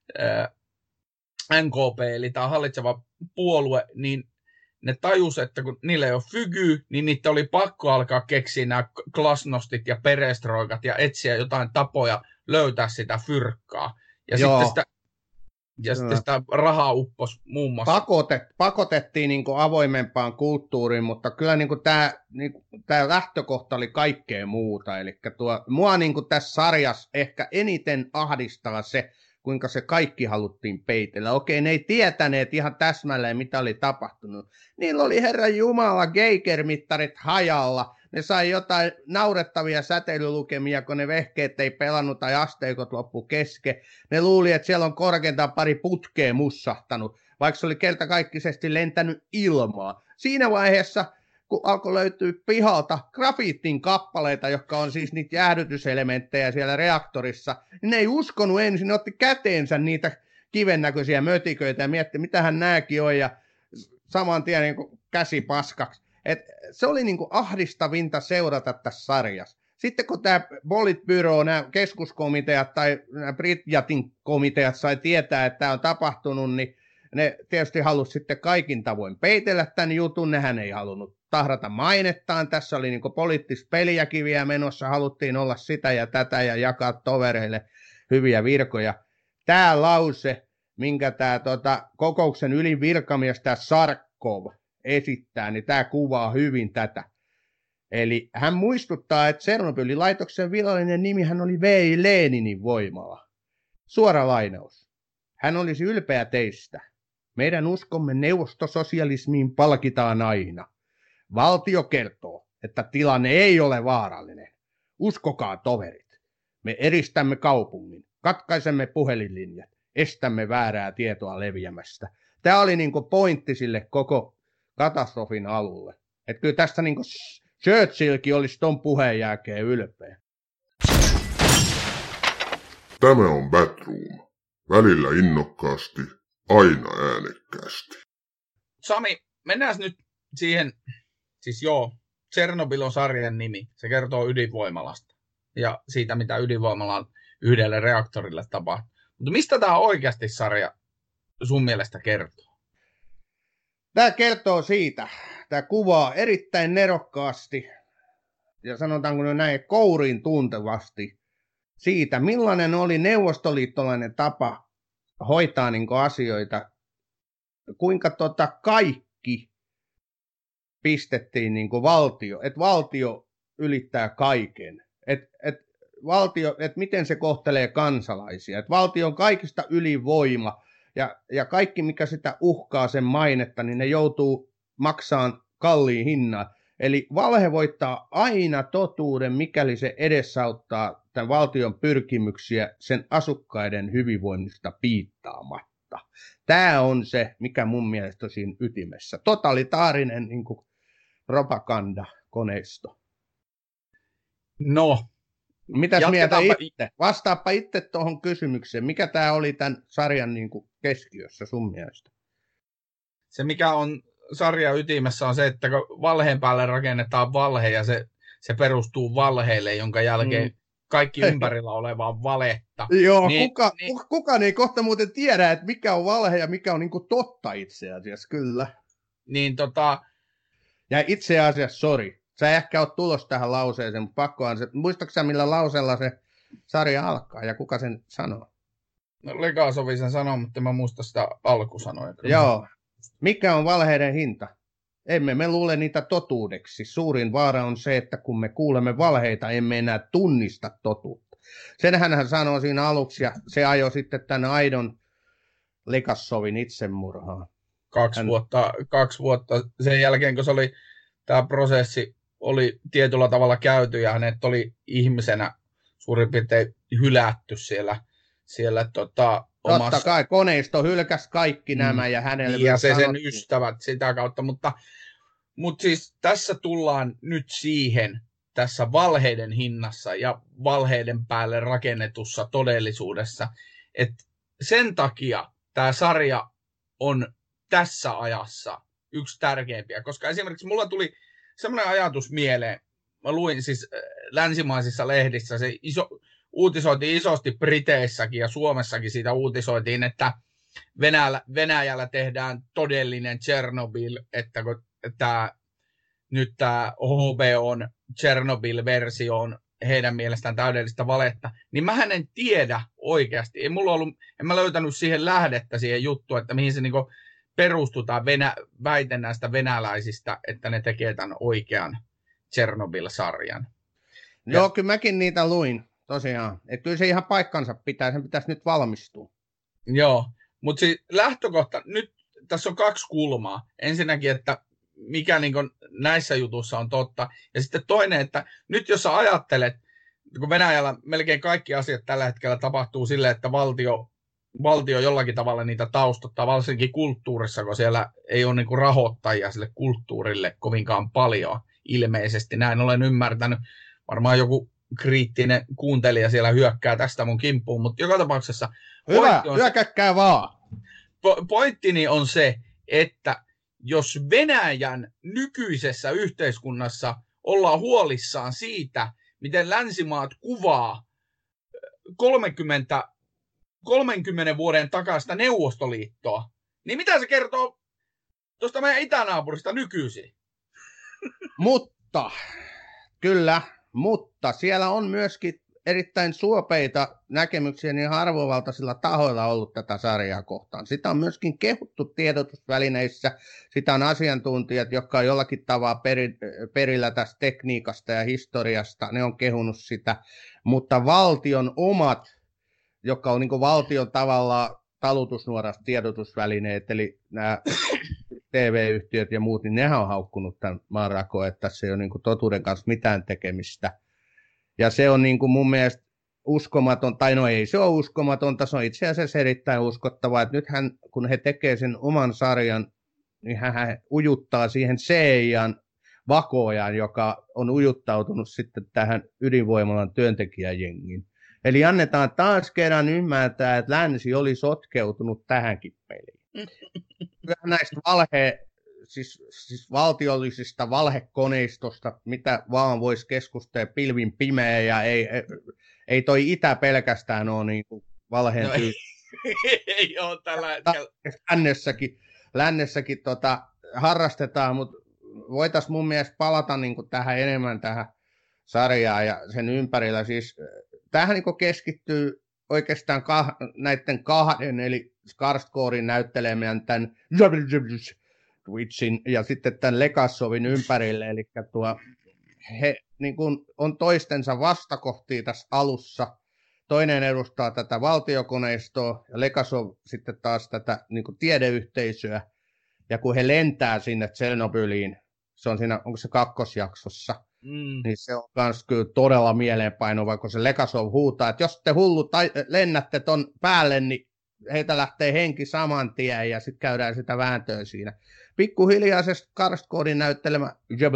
N K P, eli tämä hallitseva puolue, niin ne tajus, että kun niillä ei ole fygy, niin niitä oli pakko alkaa keksiä nämä glasnostit ja perestroikat ja etsiä jotain tapoja löytää sitä fyrkkaa. Ja Joo. sitten sitä, ja sitten sitä rahaa uppos muun muassa. Pakotet, pakotettiin niin kuin avoimempaan kulttuuriin, mutta kyllä niin kuin tämä, niin kuin tämä lähtökohta oli kaikkea muuta. Eli tuo, mua niin kuin tässä sarjassa ehkä eniten ahdistaa se, kuinka se kaikki haluttiin peitellä. Okei, ne ei tietäneet ihan täsmälleen, mitä oli tapahtunut. Niillä oli Herran Jumala Geiger-mittarit hajalla. Ne sai jotain naurettavia säteilylukemia, kun ne vehkeet ei pelannut tai asteikot loppu kesken. Ne luuli, että siellä on korkeintaan pari putkea mussahtanut, vaikka se oli kertakaikkisesti lentänyt ilmaa. Siinä vaiheessa, kun alkoi löytyä pihalta grafiittin kappaleita, jotka on siis niitä jäähdytyselementtejä siellä reaktorissa, niin ne ei uskonut ensin, ne otti käteensä niitä kivennäköisiä mötiköitä ja mietti, mitähän nääkin on, ja saman tien niin kuin käsi paskaksi. Et se oli niin kuin ahdistavinta seurata tässä sarjassa. Sitten kun tämä Politbyro, nämä keskuskomiteat tai nämä Pripyatin komiteat sai tietää, että tämä on tapahtunut, niin ne tietysti halusi sitten kaikin tavoin peitellä tämän jutun. Nehän ei halunnut tahrata mainettaan. Tässä oli niin poliittista peliäkin vielä menossa, haluttiin olla sitä ja tätä ja jakaa tovereille hyviä virkoja. Tämä lause, minkä tämä tota, kokouksen ylin virkamies, tämä Sarkov, esittää, niin tämä kuvaa hyvin tätä. Eli hän muistuttaa, että Tsernobylin laitoksen virallinen nimihän oli V I Leninin voimala. Suora lainaus. Hän olisi ylpeä teistä. Meidän uskomme neuvostososialismiin palkitaan aina. Valtio kertoo, että tilanne ei ole vaarallinen. Uskokaa toverit. Me eristämme kaupungin, katkaisemme puhelinlinjat, estämme väärää tietoa leviämästä. Tämä oli niinku pointti sille koko katastrofin alulle. Että kyllä tästä niinku Churchillkin olisi ton puheen jälkeen ylpeä. Tämä on Batroom. Välillä innokkaasti, aina äänekkäästi. Sami, mennään nyt siihen, siis joo, Tsernobyl on sarjan nimi. Se kertoo ydinvoimalasta ja siitä, mitä ydinvoimalan yhdelle reaktorille tapahtuu. Mutta mistä tämä oikeasti sarja sun mielestä kertoo? Tämä kertoo siitä, tämä kuvaa erittäin nerokkaasti ja sanotaanko näin kouriin tuntevasti siitä, millainen oli neuvostoliittolainen tapa hoitaa niin kuin asioita, kuinka tota kaikki pistettiin niin kuin valtio, että valtio ylittää kaiken, että et valtio, että miten se kohtelee kansalaisia, että valtio on kaikista ylivoima ja, ja kaikki mikä sitä uhkaa sen mainetta, niin ne joutuu maksamaan kalliin hinnan. Eli valhe voittaa aina totuuden, mikäli se edesauttaa tämän valtion pyrkimyksiä sen asukkaiden hyvinvoinnista piittaamatta. Tämä on se, mikä mun mielestä on siinä ytimessä. Totalitaarinen niin kuin propagandakoneisto. No. Mitäs mieltä itse? Vastaappa itse tuohon kysymykseen. Mikä tämä oli tämän sarjan niin kuin keskiössä sun mielestä? Se mikä on sarjan ytimessä on se, että kun valheen päälle rakennetaan valhe ja se, se perustuu valheille, jonka jälkeen mm. kaikki ympärillä olevaa valetta. Joo, niin, kuka, niin, kukaan ei kohta muuten tiedä, että mikä on valhe ja mikä on niin kuin totta itse asiassa, kyllä. Niin tota... Ja itse asiassa, sori, sä ehkä oot tulossa tähän lauseeseen, mutta pakkohan se, muistatko sä millä lauseella se sarja alkaa ja kuka sen sanoo? No Legasovi sen sanoo, mutta mä muista sitä alkusanoja. Joo. Mikä on valheiden hinta? Emme me luule niitä totuudeksi. Suurin vaara on se, että kun me kuulemme valheita, emme enää tunnista totuutta. Senhän hän sanoi siinä aluksi, ja se ajoi sitten tämän aidon Legasovin itsemurhaan. Kaksi, hän... vuotta, kaksi vuotta sen jälkeen, kun se oli, tämä prosessi oli tietyllä tavalla käyty, ja hänet oli ihmisenä suurin piirtein hylätty siellä, siellä tota, omassa... Totta kai, koneisto hylkäsi kaikki nämä mm. ja hänelle... Ja se sen ystävät sitä kautta, mutta, mutta siis tässä tullaan nyt siihen, tässä valheiden hinnassa ja valheiden päälle rakennetussa todellisuudessa, että sen takia tämä sarja on tässä ajassa yksi tärkeimpiä, koska esimerkiksi mulla tuli semmoinen ajatus mieleen, mä luin siis länsimaisissa lehdissä, se iso... uutisoitiin isosti Briteissäkin ja Suomessakin siitä uutisoitiin, että Venäjällä, Venäjällä tehdään todellinen Tchernobyl, että kun tämä, nyt tämä H B O:n Tchernobyl-versio on heidän mielestään täydellistä valetta, niin mähän en tiedä oikeasti. Ei mulla ollut, en mä löytänyt siihen lähdettä siihen juttuun, että mihin se niinku perustuu tämä Venä, väite näistä venäläisistä, että ne tekee tämän oikean Tchernobyl-sarjan. Joo, ja... kyllä mäkin niitä luin. Tosiaan, että kyllä se ihan paikkansa pitää, sen pitäisi nyt valmistua. Joo, mutta siis lähtökohta, nyt tässä on kaksi kulmaa. Ensinnäkin, että mikä niin kuin näissä jutuissa on totta. Ja sitten toinen, että nyt jos sä ajattelet, kun Venäjällä melkein kaikki asiat tällä hetkellä tapahtuu silleen, että valtio, valtio jollakin tavalla niitä taustottaa, varsinkin kulttuurissa, kun siellä ei ole niin kuin rahoittajia sille kulttuurille kovinkaan paljon ilmeisesti. Näin olen ymmärtänyt. Varmaan joku kriittinen kuuntelija siellä hyökkää tästä mun kimppuun, mutta joka tapauksessa... Hyvä, hyökäkkää vaan! Po- pointtini on se, että jos Venäjän nykyisessä yhteiskunnassa ollaan huolissaan siitä, miten länsimaat kuvaa kolmekymmentä, kolmenkymmenen vuoden takaista Neuvostoliittoa, niin mitä se kertoo tuosta meidän itänaapurista nykyisin? Mutta, kyllä, mutta siellä on myöskin erittäin suopeita näkemyksiä niin arvovaltaisilla tahoilla ollut tätä sarjaa kohtaan. Sitä on myöskin kehuttu tiedotusvälineissä. Sitä on asiantuntijat, jotka on jollakin tavalla peri, perillä tästä tekniikasta ja historiasta. Ne on kehunut sitä. Mutta valtion omat, jotka on niin kuin valtion tavallaan talutusnuoras tiedotusvälineet, eli nämä T V-yhtiöt ja muut, niin nehän on haukkunut tämän maanrakoon, että tässä ei ole niin kuin totuuden kanssa mitään tekemistä. Ja se on niin kuin mun mielestä uskomaton, tai no ei se ole uskomatonta, se on itse asiassa erittäin uskottavaa, että nythän kun he tekee sen oman sarjan, niin hän ujuttaa siihen C I A:n vakoojaan, joka on ujuttautunut sitten tähän ydinvoimalan työntekijäjengiin. Eli annetaan taas kerran ymmärtää, että länsi oli sotkeutunut tähänkin peliin. Kyllähän näistä valhe, siis, siis valtiollisista valhekoneistosta, mitä vaan voisi keskustella pilvin pimeä, ja ei, ei, ei toi itä pelkästään ole niin kuin valheen no, syy. Ei ole tällä hetkellä. Lännessäkin, lännessäkin tota, harrastetaan, mutta voitaisiin mun mielestä palata niin kuin tähän enemmän tähän sarjaan ja sen ympärillä. Siis, tähän niin kuin keskittyy oikeastaan kah, näiden kahden, eli Skarsgårdin näyttelemään tämän Twitchin ja sitten tämän Legasovin ympärille, eli tuo, he niin kuin on toistensa vastakohtia tässä alussa. Toinen edustaa tätä valtiokoneistoa ja Legasov sitten taas tätä niin kuin tiedeyhteisöä. Ja kun he lentää sinne Tsernobyliin, se on siinä, onko se kakkosjaksossa, mm. niin se on myös kyllä todella mieleenpainuva, kun se Legasov huutaa, että jos te hullut lennätte ton päälle, niin heitä lähtee henki saman tien ja sitten käydään sitä vääntöä siinä. Pikkuhiljaa se Skarsgårdin näyttelemä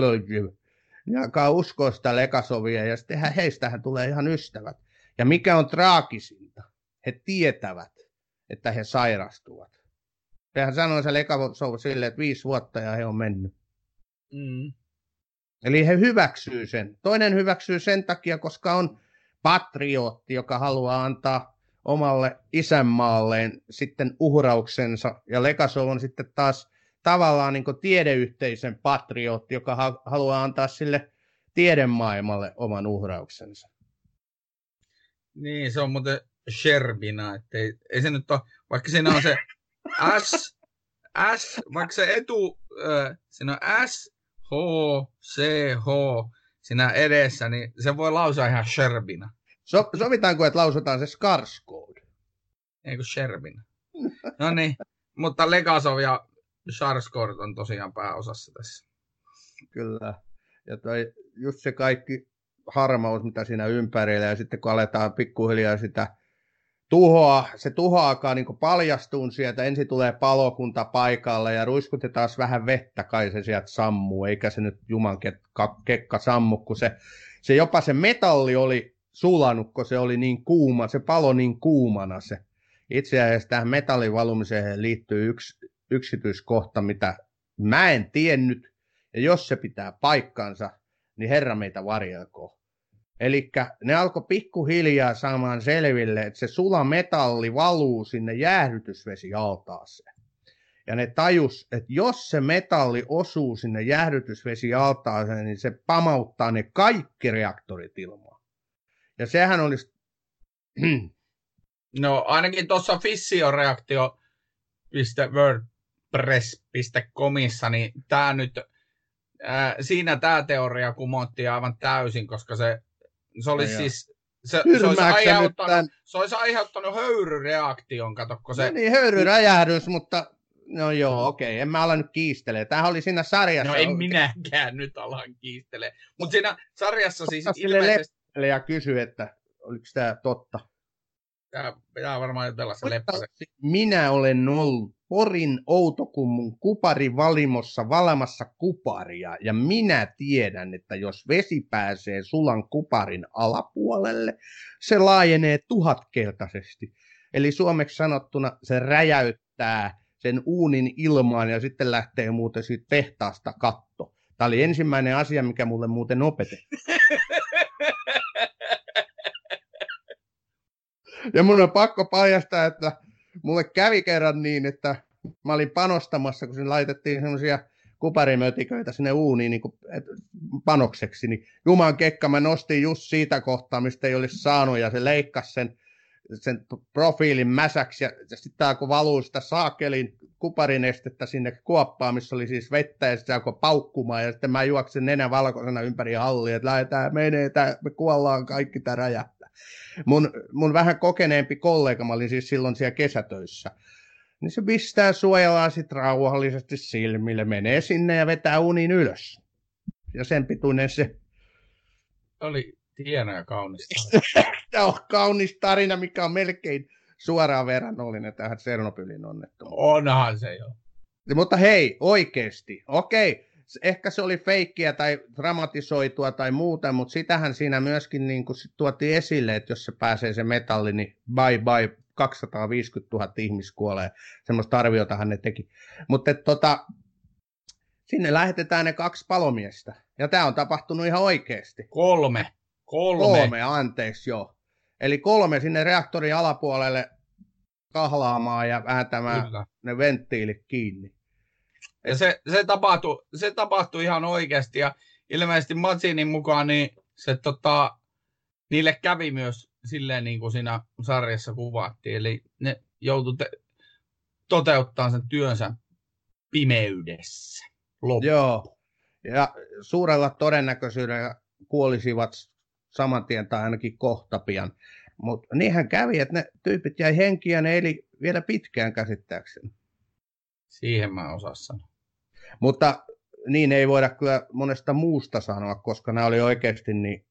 jakaa uskoa sitä Legasovia ja sitten heistähän tulee ihan ystävät. Ja mikä on traagisinta, he tietävät, että he sairastuvat. Sehän sanoi se Legasov silleen, että viisi vuotta ja he on mennyt. Mm. Eli he hyväksyy sen. Toinen hyväksyy sen takia, koska on patriotti, joka haluaa antaa omalle isänmaalleen sitten uhrauksensa. Ja Legasov on sitten taas tavallaan niin kuin tiedeyhteisön patriotti, joka ha- haluaa antaa sille tiedemaailmalle oman uhrauksensa. Niin, se on muuten Sherbina, että ei, ei se nyt ole, vaikka siinä on se S, S, vaikka se etu, äh, siinä on S, H, C, H siinä edessä, niin se voi lausua ihan Sherbina. So, sovitaanko, että lausutaan se Skarsgård? Ei kun Sherbina. No niin, mutta Legasov ja Skarsgård on tosiaan pääosassa tässä. Kyllä, ja toi, just se kaikki harmaus, mitä siinä ympärillä, ja sitten kun aletaan pikkuhiljaa sitä tuhoa, se tuho alkaa niin paljastua sieltä, ensin tulee palokunta paikalle ja ruiskutetaan vähän vettä, kai se sieltä sammuu, eikä se nyt juman kekka sammu, kun se, se jopa se metalli oli sulanut, kun se oli niin kuuma, se palo niin kuumana se. Itse asiassa tähän metallin valumiseen liittyy yksi yksityiskohta, mitä mä en tiennyt, ja jos se pitää paikkansa, niin Herra meitä varjelkoon. Eli ne alkoi pikkuhiljaa saamaan selville, että se sula metalli valuu sinne jäähdytysvesialtaaseen. Ja ne tajus, että jos se metalli osuu sinne jäähdytysvesialtaaseen, niin se pamauttaa ne kaikki reaktorit ilmaan. Ja sehän olisi... No ainakin tuossa fissioreaktio piste wordpress piste comissa, niin tämä nyt... Ää, siinä tämä teoria kumottiin aivan täysin, koska se, se olisi no siis se, se, olisi aiheuttanut, se olisi aiheuttanut höyryreaktion, katsokko se... No niin, höyryräjähdys, mutta no joo, okei, en mä ala nyt kiistelee. Tämähän oli siinä sarjassa... No en minäkään nyt alan kiistelee, mutta siinä sarjassa siis ilmeisesti... Ja kysy, että oliko tämä totta? Tämä pitää varmaan jutella se Leppäsen. Minä olen ollut Porin Outokummun kuparivalimossa valamassa kuparia, ja minä tiedän, että jos vesi pääsee sulan kuparin alapuolelle, se laajenee tuhatkertaisesti. Eli suomeksi sanottuna se räjäyttää sen uunin ilmaan ja sitten lähtee muuten siitä tehtaasta katto. Tämä oli ensimmäinen asia, mikä mulle muuten opetettiin. Ja mun on pakko paljastaa, että mulle kävi kerran niin, että mä olin panostamassa, kun siinä laitettiin semmoisia kuparimötiköitä sinne uuniin niin kuin, et, panokseksi, niin juman kekka mä nostin just siitä kohtaa, mistä ei olisi saanut, ja se leikkasi sen, sen profiilin mäsäksi, ja sitten kun valuu sitä saakelin kuparinestettä sinne kuoppaan, missä oli siis vettä, ja sitten alkoi paukkumaan, ja sitten mä juoksin nenä valkoisena ympäri hallia, että lähdetään menee, tää, me kuollaan kaikki, tää räjähtää. Mun, mun vähän kokeneempi kollega, mä olin siis silloin siellä kesätöissä, niin se pistää suojellaan sitten rauhallisesti silmille, menee sinne ja vetää unin ylös. Ja sen pituinen se. Oli hieno ja kaunis. Tämä on kaunis tarina, mikä on melkein suoraan verrannollinen tähän Tsernobylin onnettomuuteen. Onhan se jo. Mutta hei, oikeasti, okei, ehkä se oli feikkiä tai dramatisoitua tai muuta, mutta sitähän siinä myöskin niin kuin tuotiin esille, että jos se pääsee se metalli, niin bye bye, kaksisataaviisikymmentätuhatta ihmistä kuolee. Semmoista arviotahan ne teki. Mutta tota, sinne lähetetään ne kaksi palomiestä. Ja tämä on tapahtunut ihan oikeasti. Kolme. Kolme. Kolme, anteeksi, joo. Eli kolme sinne reaktorin alapuolelle kahlaamaan ja vääntämään Kyllä. ne venttiilit kiinni. Ja se, se, tapahtui, se tapahtui ihan oikeasti. Ja ilmeisesti Matsinin mukaan niin se, tota, niille kävi myös silleen niin kuin siinä sarjassa kuvattiin. Eli ne joutui te- toteuttamaan sen työnsä pimeydessä. Loppu. Joo. Ja suurella todennäköisyydellä kuolisivat saman tien tai ainakin kohta pian. Mutta niinhän kävi, että ne tyypit jäi henkiä ja ne eli vielä pitkään käsittääkseni. Siihen mä osaan sanoa. Mutta niin ei voida kyllä monesta muusta sanoa, koska nämä oli oikeasti niin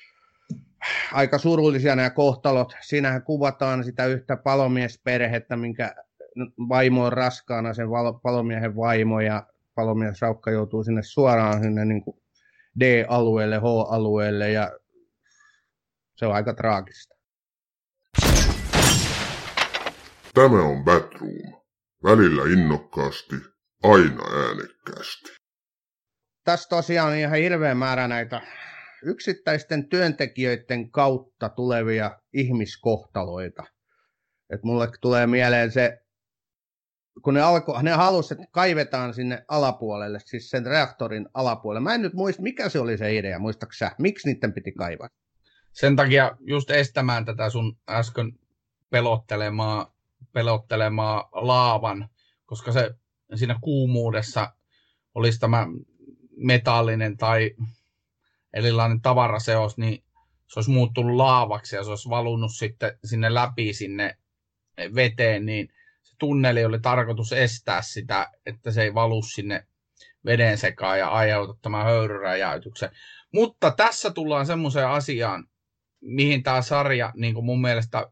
aika surullisia nämä kohtalot. Siinähän kuvataan sitä yhtä palomiesperhettä, minkä vaimo on raskaana, sen palomiehen vaimo, ja palomies Raukka joutuu sinne suoraan sinne niin kuin D-alueelle, H-alueelle, ja se on aika traagista. Tämä on Batroom. Välillä innokkaasti, aina äänekkäästi. Tässä tosiaan on ihan hirveä määrä näitä yksittäisten työntekijöiden kautta tulevia ihmiskohtaloita. Et mulle tulee mieleen se, kun ne, alko, ne halusivat, että kaivetaan sinne alapuolelle, siis sen reaktorin alapuolelle. Mä en nyt muista, mikä se oli se idea, muistatko sä? Miksi niiden piti kaivaa? Sen takia just estämään tätä sun äsken pelottelemaa, pelottelemaa laavan, koska se siinä kuumuudessa olisi tämä metallinen tai erilainen tavaraseos, niin se olisi muuttunut laavaksi ja se olisi valunut sitten sinne läpi sinne veteen, niin se tunneli oli tarkoitus estää sitä, että se ei valu sinne veden sekaan ja aiheuta tämän höyryräjäytyksen. Mutta tässä tullaan semmoiseen asiaan, mihin tämä sarja, niin kuin mun mielestä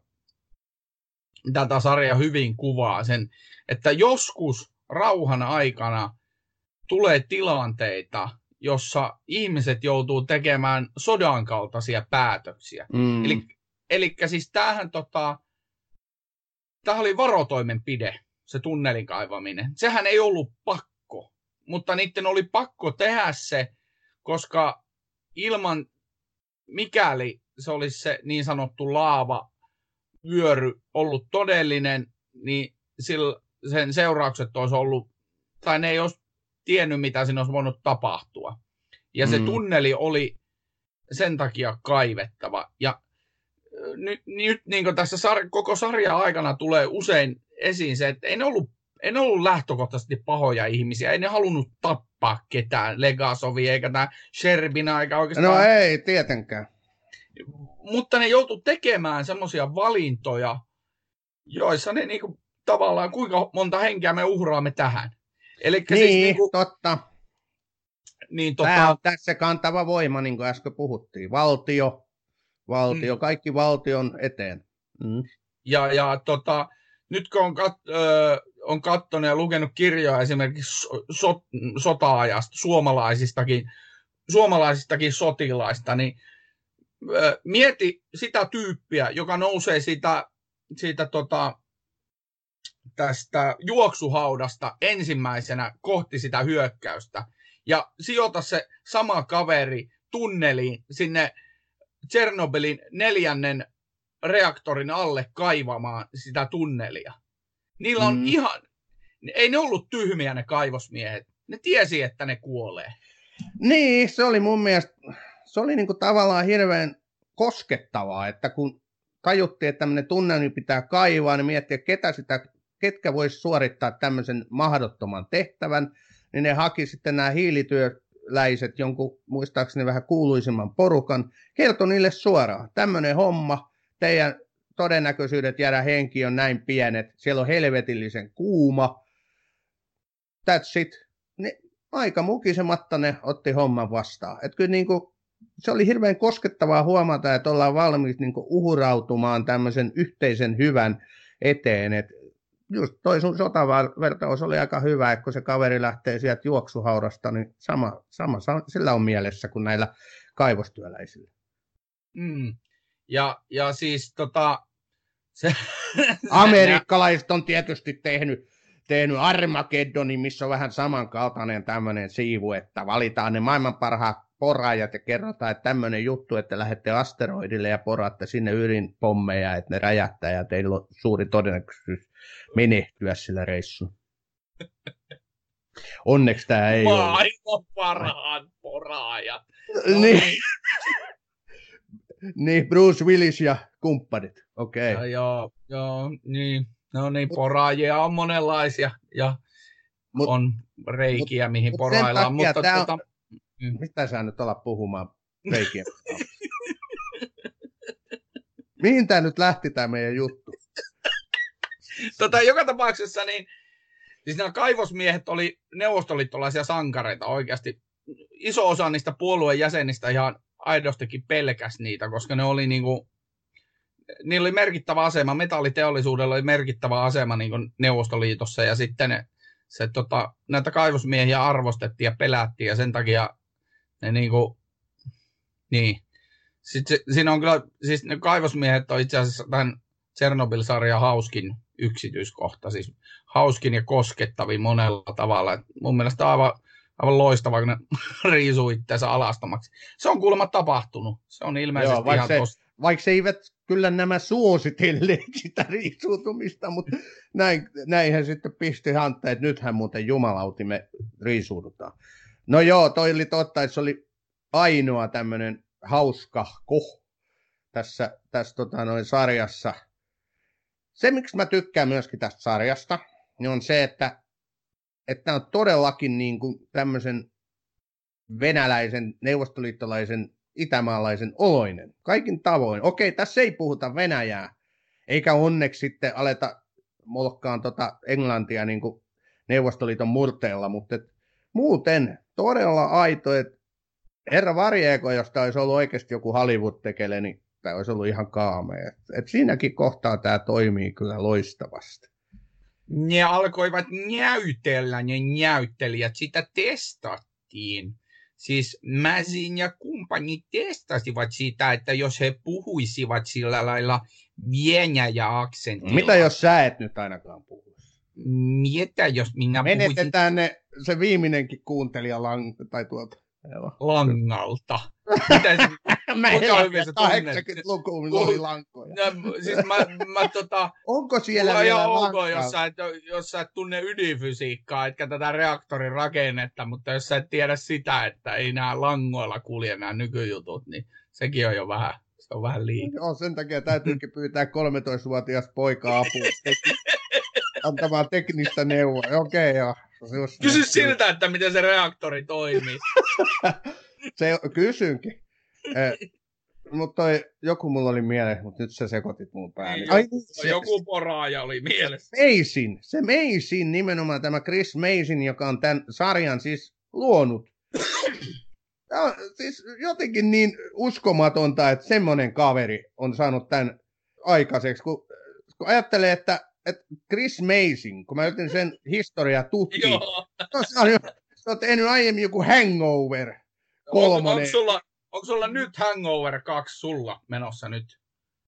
tätä sarja hyvin kuvaa sen, että joskus rauhan aikana tulee tilanteita, jossa ihmiset joutuu tekemään sodan kaltaisia päätöksiä. Mm. Eli, eli siis tämähän tota, tämähän oli varotoimenpide, se tunnelin kaivaminen. Sehän ei ollut pakko, mutta niiden oli pakko tehdä se, koska ilman, mikäli se olisi se niin sanottu laava vyöry ollut todellinen, niin sillä sen seuraukset olisi ollut, tai ne ei olisi tiennyt, mitä siinä olisi voinut tapahtua. Ja se mm. tunneli oli sen takia kaivettava. Ja nyt, nyt niin kuin tässä sar- koko sarjan aikana tulee usein esiin se, että ei ne ollut, ei ne ollut lähtökohtaisesti pahoja ihmisiä. Ei ne halunnut tappaa ketään, Legasovi eikä tämä Sherbina eikä oikeastaan. No ei, tietenkään. Mutta ne joutu tekemään semmoisia valintoja, joissa ne niin kuin, tavallaan, kuinka monta henkeä me uhraamme tähän. Elikkä niin, siis niin kuin, totta. Niin, tota... Tämä tota... on tässä kantava voima, niin kuin äsken puhuttiin. Valtio, valtio, mm. kaikki valtion eteen. Mm. Ja, ja tota, nyt kun on, kat, ö, on katsonut ja lukenut kirjoja esimerkiksi so, sota-ajasta, suomalaisistakin, suomalaisistakin sotilaista, niin ö, mieti sitä tyyppiä, joka nousee siitä, siitä tota, tästä juoksuhaudasta ensimmäisenä kohti sitä hyökkäystä. Ja sijoita se sama kaveri tunneliin sinne Tšernobylin neljännen reaktorin alle kaivamaan sitä tunnelia. Niillä on mm. ihan, ei ne ollut tyhmiä ne kaivosmiehet. Ne tiesi, että ne kuolee. Niin, se oli mun mielestä, se oli niinku tavallaan hirveän koskettavaa, että kun tajuttiin, että tämmöinen tunnelmi pitää kaivaa, niin miettiä, ketä sitä, ketkä vois suorittaa tämmöisen mahdottoman tehtävän, niin ne haki sitten nämä hiilityöläiset, jonkun muistaakseni vähän kuuluisimman porukan, kertoi niille suoraan, tämmöinen homma, teidän todennäköisyydet jäädä henkiin on näin pienet, siellä on helvetillisen kuuma, that's it. Ne, aika mukisematta ne otti homman vastaan. Et kyllä niinku, se oli hirveän koskettavaa huomata, että ollaan valmiit niinku uhrautumaan tämmöisen yhteisen hyvän eteen. Et just toi sun sotavertaus oli aika hyvä, että kun se kaveri lähtee sieltä juoksuhaudasta, niin sama, sama sillä on mielessä kuin näillä kaivostyöläisillä. Mm. Ja, ja siis tota... Se, amerikkalaiset on tietysti tehnyt, tehnyt Armageddonin, missä on vähän samankaltainen tämmöinen siivu, että valitaan ne maailman parhaat poraajat ja kerrotaan, että tämmöinen juttu, että lähdette asteroidille ja poraatte sinne ydinpommeja, että ne räjähtää ja teillä on suuri todennäköisyys menehtyä sillä reissulla. Onneksi tämä ei ole. Maailman parhaat poraajat. Niin. Niin, Bruce Willis ja kumppanit, okei. Okay. Joo, joo, niin. No niin, poraajia on monenlaisia ja mut, on reikiä, mut, mihin mut poraillaan. Mutta tota... on... mm. Mistä sä nyt olla puhumaan reikiä? Mihin tää nyt lähti tää meidän juttu? Tota, joka tapauksessa niin, siis nämä kaivosmiehet oli neuvostoliittolaisia sankareita oikeasti. Iso osa niistä puolueen jäsenistä ihan aidostikin pelkäs niitä, koska ne oli niinku, niillä oli merkittävä asema, metalliteollisuudella oli merkittävä asema niinku Neuvostoliitossa ja sitten ne, se, tota, näitä kaivosmiehiä arvostettiin ja pelättiin ja sen takia ne niinku, niin. Sitten se, siinä on kyllä, siis ne kaivosmiehet on itse asiassa tämän Chernobyl-sarjan hauskin yksityiskohta, siis hauskin ja koskettavin monella tavalla. Et mun mielestä aivan Aivan loistavaa, kun ne riisuu itseänsä alastomaksi. Se on kuulemma tapahtunut. Se on ilmeisesti Joo, ihan se, tosta. Vaikka se eivät kyllä nämä suositelleet sitä riisuutumista, mutta näin, näinhän sitten pisti hantta, että nythän muuten jumalauti me riisuudutaan. No joo, toi oli totta, että se oli ainoa tämmöinen hauskahko tässä, tässä tota, noin sarjassa. Se, miksi mä tykkään myöskin tästä sarjasta, niin on se, että että on todellakin niin kuin tämmöisen venäläisen, neuvostoliittolaisen, itämaalaisen oloinen. Kaikin tavoin. Okei, tässä ei puhuta Venäjää, eikä onneksi sitten aleta molkkaan tota Englantia niin kuin Neuvostoliiton murteella, mutta et muuten todella aito, että herra varjeeko, josta olisi ollut oikeasti joku Hollywood-tekele, niin tämä olisi ollut ihan kaamea. Et, et siinäkin kohtaa tämä toimii kyllä loistavasti. Ne alkoivat näytellä, ne näyttelijät, sitä testattiin. Siis Mäsin ja kumppanit testasivat sitä, että jos he puhuisivat sillä lailla venäjä-aksentilla. Mitä jos sä et nyt ainakaan puhuisi? Mitä jos minä puhuisin? Menetetään ne, se viimeinenkin kuuntelija lang, tai tuolta. Langalta. Mitä se, mä elän kahdeksankymmentälukuun, kun oli lankoja. No, siis mä, mä tota... Onko siellä vielä vielä lankaa? Jos sä, et, jos sä et tunne ydinfysiikkaa, etkä tätä reaktorin rakennetta, mutta jos sä et tiedä sitä, että ei nämä langoilla kulje nämä nykyjutut, niin sekin on jo vähän, se on vähän liikaa. Joo, sen takia täytyykin pyytää kolmetoistavuotias poika apua antamaan teknistä neuvoa. Okei, okay, joo. Kysy siltä, että miten se reaktori toimii. Se, kysynkin. Eh, mutta joku mulla oli mielessä, mutta nyt sä sekoitit mun päälle. Niin, Ai, se, joku poraaja oli mielessä. Mason, se Mason, nimenomaan tämä Chris Mason, joka on tämän sarjan siis luonut. Tämä on siis jotenkin niin uskomatonta, että semmoinen kaveri on saanut tämän aikaiseksi, kun, kun ajattelee, että että Chris Mason, kun mä yritin sen historiaa tutkia, sä oot tehnyt aiemmin joku Hangover kolmonen. Onko, onko, sulla, onko sulla nyt Hangover kaksi sulla menossa nyt?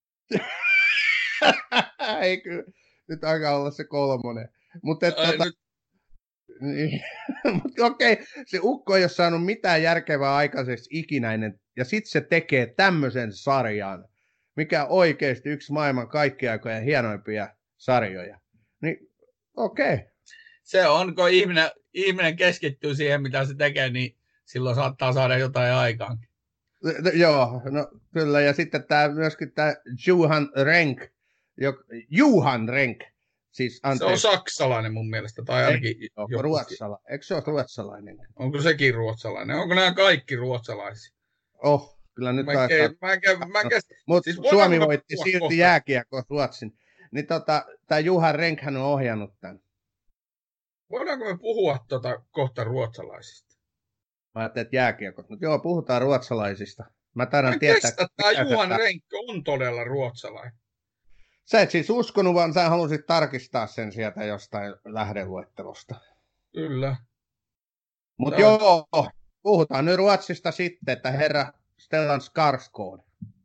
Ei kyllä, nyt alkaa olla se kolmonen. Mutta tota, niin, mut okei, okay, se ukko ei ole saanut mitään järkevää aikaiseksi ikinäinen, ja sitten se tekee tämmöisen sarjan, mikä on oikeasti yksi maailman kaikkien aikojen hienoimpia sarjoja. Niin okei. Okay. se on, kun ihminen, ihminen keskittyy siihen, mitä se tekee, niin silloin saattaa saada jotain aikaan. No, joo, no kyllä. Ja sitten tämä myöskin tämä Johan Renck, jo, Johan Renck, siis anteeksi. Se on saksalainen mun mielestä, tai ainakin joku ruotsala. Eikö se ole ruotsalainen? Onko sekin ruotsalainen? Onko nämä kaikki ruotsalaisia? Oh, kyllä nyt taas. Mutta siis Suomi voitti silti kohta jääkiekko Ruotsin. Niin tota, tämä Johan Renck hän on ohjannut tämän. Voidaanko me puhua tota kohta ruotsalaisista? Mä ajattelin, että jääkiekot. Mutta joo, puhutaan ruotsalaisista. Mä taidan tietää, että tämä Johan Renck on todella ruotsalainen. Sä et siis uskonut, vaan sä halusit tarkistaa sen sieltä jostain lähdeluettelosta. Kyllä. Mutta joo, puhutaan nyt Ruotsista sitten, että herra Stellan Skarsgård.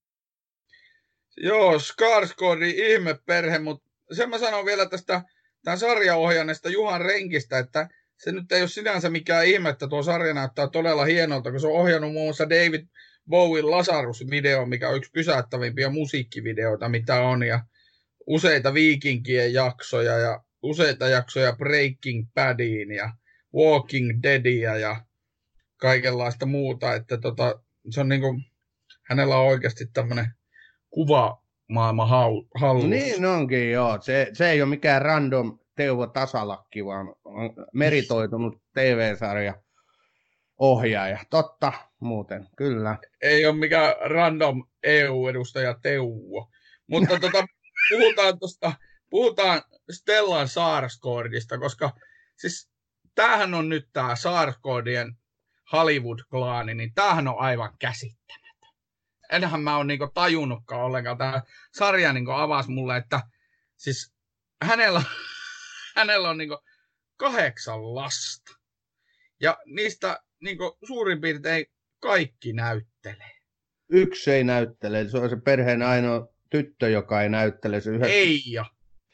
Joo, Skarsgårdin ihmeperhe, mutta sen mä sanon vielä tästä tämän sarjaohjannesta Johan Renkistä, että se nyt ei ole sinänsä mikään ihme, että tuo sarja näyttää todella hienolta, kun se on ohjannut muun muassa David Bowen Lazarus-video, mikä on yksi pysäyttävimpiä musiikkivideoita, mitä on, ja useita Viikinkien jaksoja, ja useita jaksoja Breaking Badiin, ja Walking Deadia, ja kaikenlaista muuta, että tota, se on niinku, hänellä on oikeasti tämmöinen kuvamaailma hallussa. Niin onkin, joo. Se, se ei ole mikään random Teuvo Tasalakki, vaan on meritoitunut T V-sarja ohjaaja. Totta, muuten, kyllä. Ei ole mikään random E U-edustaja Teuvo. Mutta tota, puhutaan tuosta, puhutaan Stellan Skarsgårdista, koska siis tämähän on nyt tämä Skarsgårdien Hollywood-klaani, niin tämähän on aivan käsittämätön. Enhän mä oon niinku tajunnutkaan ollenkaan. Tämä sarja niinku avasi mulle, että siis hänellä, hänellä on niinku kahdeksan lasta. Ja niistä niinku suurin piirtein kaikki näyttelee. Yksi ei näyttele. Se on se perheen ainoa tyttö, joka ei näyttele. Se yhdessä... Eija.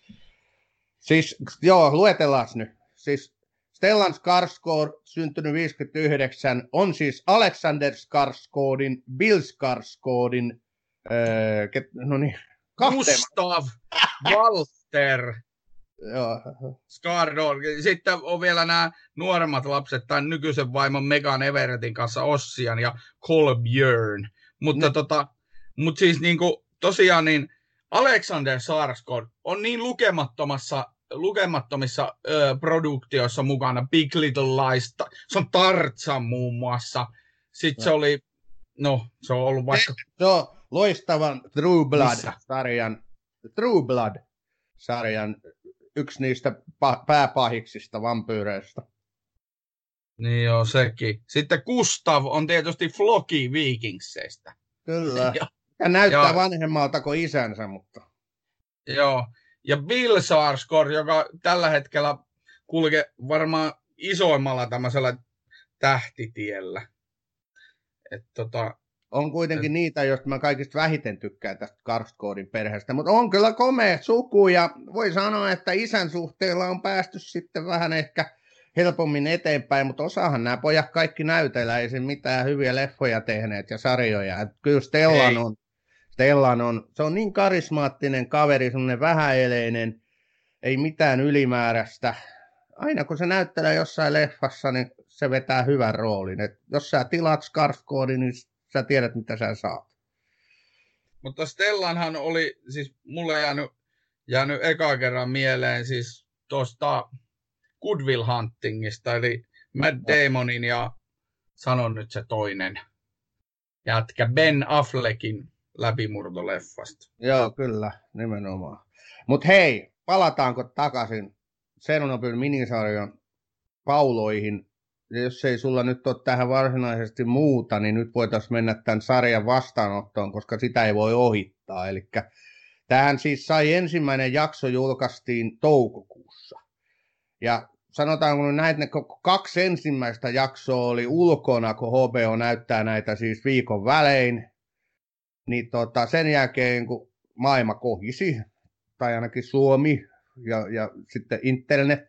Siis, joo, luetellaan nyt. Siis Stellan Skarsgård, syntynyt viisikymmentäyhdeksän, on siis Alexander Skarsgårdin, Bill Skarsgårdin, öö, ket, no niin, Gustav Walter Skarsgård. Sitten on vielä nämä nuoremmat lapset, tämän nykyisen vaimon Megan Everettin kanssa, Ossian ja Kolbjörn. Mutta no. tota, mut siis niinku, tosiaan niin Alexander Skarsgård on niin lukemattomassa lukemattomissa ö, produktioissa mukana, Big Little Lies, se on Tarzan muun muassa, sitten no. se oli, no se on ollut vaikka... Se on loistavan True Blood-sarjan, True Blood-sarjan yksi niistä pa- pääpahiksista vampyyreistä. Niin joo, sekin. Sitten Gustav on tietysti Floki Vikingsseistä. Kyllä, ja, ja näyttää ja... vanhemmalta kuin isänsä, mutta... Joo. Ja Bill Skarsgård, joka tällä hetkellä kulkee varmaan isoimmalla tämmöisellä tähtitiellä. Et tota, on kuitenkin et... niitä, joista mä kaikista vähiten tykkään tästä Skarsgårdin perheestä, mutta on kyllä komea suku ja voi sanoa, että isän suhteella on päästy sitten vähän ehkä helpommin eteenpäin, mutta osahan nämä pojat kaikki näytellä, ei se mitään hyviä leffoja tehneet ja sarjoja. Et kyllä Stellan on. Stellan on, se on niin karismaattinen kaveri, semmoinen vähäeleinen, ei mitään ylimääräistä. Aina kun se näyttelee jossain leffassa, niin se vetää hyvän roolin. Et jos sä tilaat Skarsgårdin, niin sä tiedät, mitä sä saat. Mutta Stellanhan oli, siis mulle jäänyt, jäänyt eka kerran mieleen siis tuosta Good Will Huntingista, eli Matt Damonin ja sanon nyt se toinen jätkä, Ben Affleckin läpimurtoleffasta. Joo, kyllä, nimenomaan. Mutta hei, palataanko takaisin Tsernobylin minisarjan pauloihin? Ja jos ei sulla nyt ole tähän varsinaisesti muuta, niin nyt voitaisiin mennä tämän sarjan vastaanottoon, koska sitä ei voi ohittaa. Eli tämähän siis sai ensimmäinen jakso julkaistiin toukokuussa. Ja sanotaanko nyt näin, että kaksi ensimmäistä jaksoa oli ulkona, kun H B O näyttää näitä siis viikon välein. Niin tota, sen jälkeen, kun maailma kohisi, tai ainakin Suomi ja, ja sitten internet,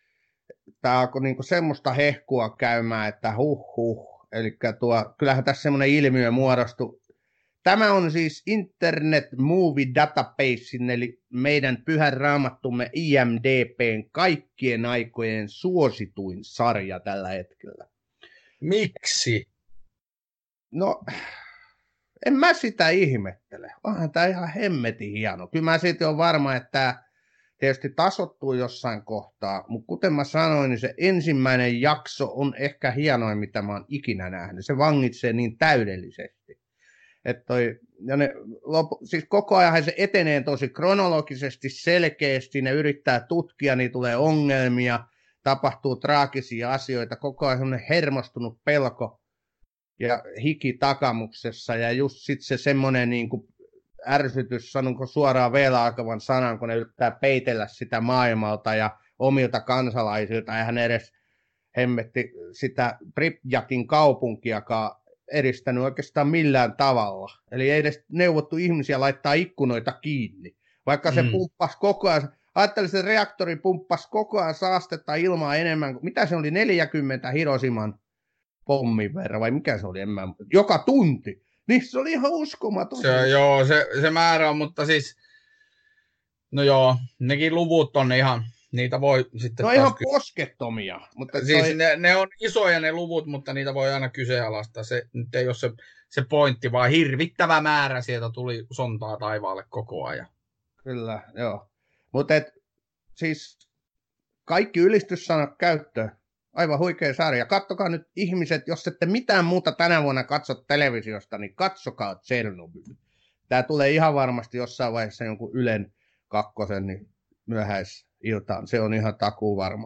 tämä alkoi niinku semmoista hehkua käymään, että huh huh. Eli tuo, kyllähän tässä semmoinen ilmiö muodostui tämä on siis Internet Movie Databasein, eli meidän pyhän raamattumme I M D B:n kaikkien aikojen suosituin sarja tällä hetkellä. Miksi? No, en mä sitä ihmettele. Onhan tämä ihan hemmetin hieno. Kyllä mä siitä on varma, että tämä tietysti tasoittuu jossain kohtaa, mutta kuten mä sanoin, niin se ensimmäinen jakso on ehkä hienoin, mitä mä oon ikinä nähnyt. Se vangitsee niin täydellisesti. Että toi, ja ne, lopu, siis koko ajan se etenee tosi kronologisesti, selkeästi, ne yrittää tutkia, niin tulee ongelmia, tapahtuu traagisia asioita, koko ajan semmoinen hermostunut pelko ja hiki takamuksessa, ja just sitten se semmoinen niin kuin ärsytys, sanonko suoraan vielä alkavan sanan, kun ne yrittää peitellä sitä maailmalta ja omilta kansalaisilta, eihän edes hemmetti sitä Pripyatin kaupunkiakaan edistänyt oikeastaan millään tavalla. Eli ei edes neuvottu ihmisiä laittaa ikkunoita kiinni, vaikka se mm. pumppasi koko ajan, ajattelin, että se reaktori pumppasi koko ajan saastetta ilmaa enemmän, mitä se oli, neljäkymmentä Hiroshiman pommin verran, vai mikä se oli, en mä, joka tunti. Niin se oli ihan uskomaton. Se, joo, se, se määrä on, mutta siis, no joo, nekin luvut on ihan, niitä voi sitten... No ihan ky- poskettomia. Mutta siis toi... ne, ne on isoja ne luvut, mutta niitä voi aina kyseenalaistaa. Se nyt ei ole se, se pointti, vaan hirvittävä määrä sieltä tuli sontaa taivaalle koko ajan. Kyllä, joo. Mutta siis kaikki ylistyssanat käyttöön. Aivan huikea sarja. Katsokaa nyt ihmiset, jos ette mitään muuta tänä vuonna katso televisiosta, niin katsokaa Tsernobyl. Tämä tulee ihan varmasti jossain vaiheessa jonkun Ylen kakkosen niin myöhäisiltaan. Se on ihan takuu varma.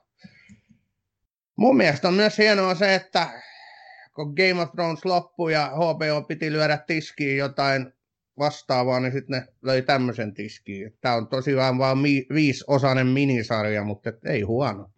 Mun mielestä on myös hienoa se, että kun Game of Thrones loppui ja H B O piti lyödä tiskiin jotain vastaavaa, niin sitten ne löi tämmöisen tiskiin. Tämä on tosiaan vaan mi- viisiosainen minisarja, mutta ei huono.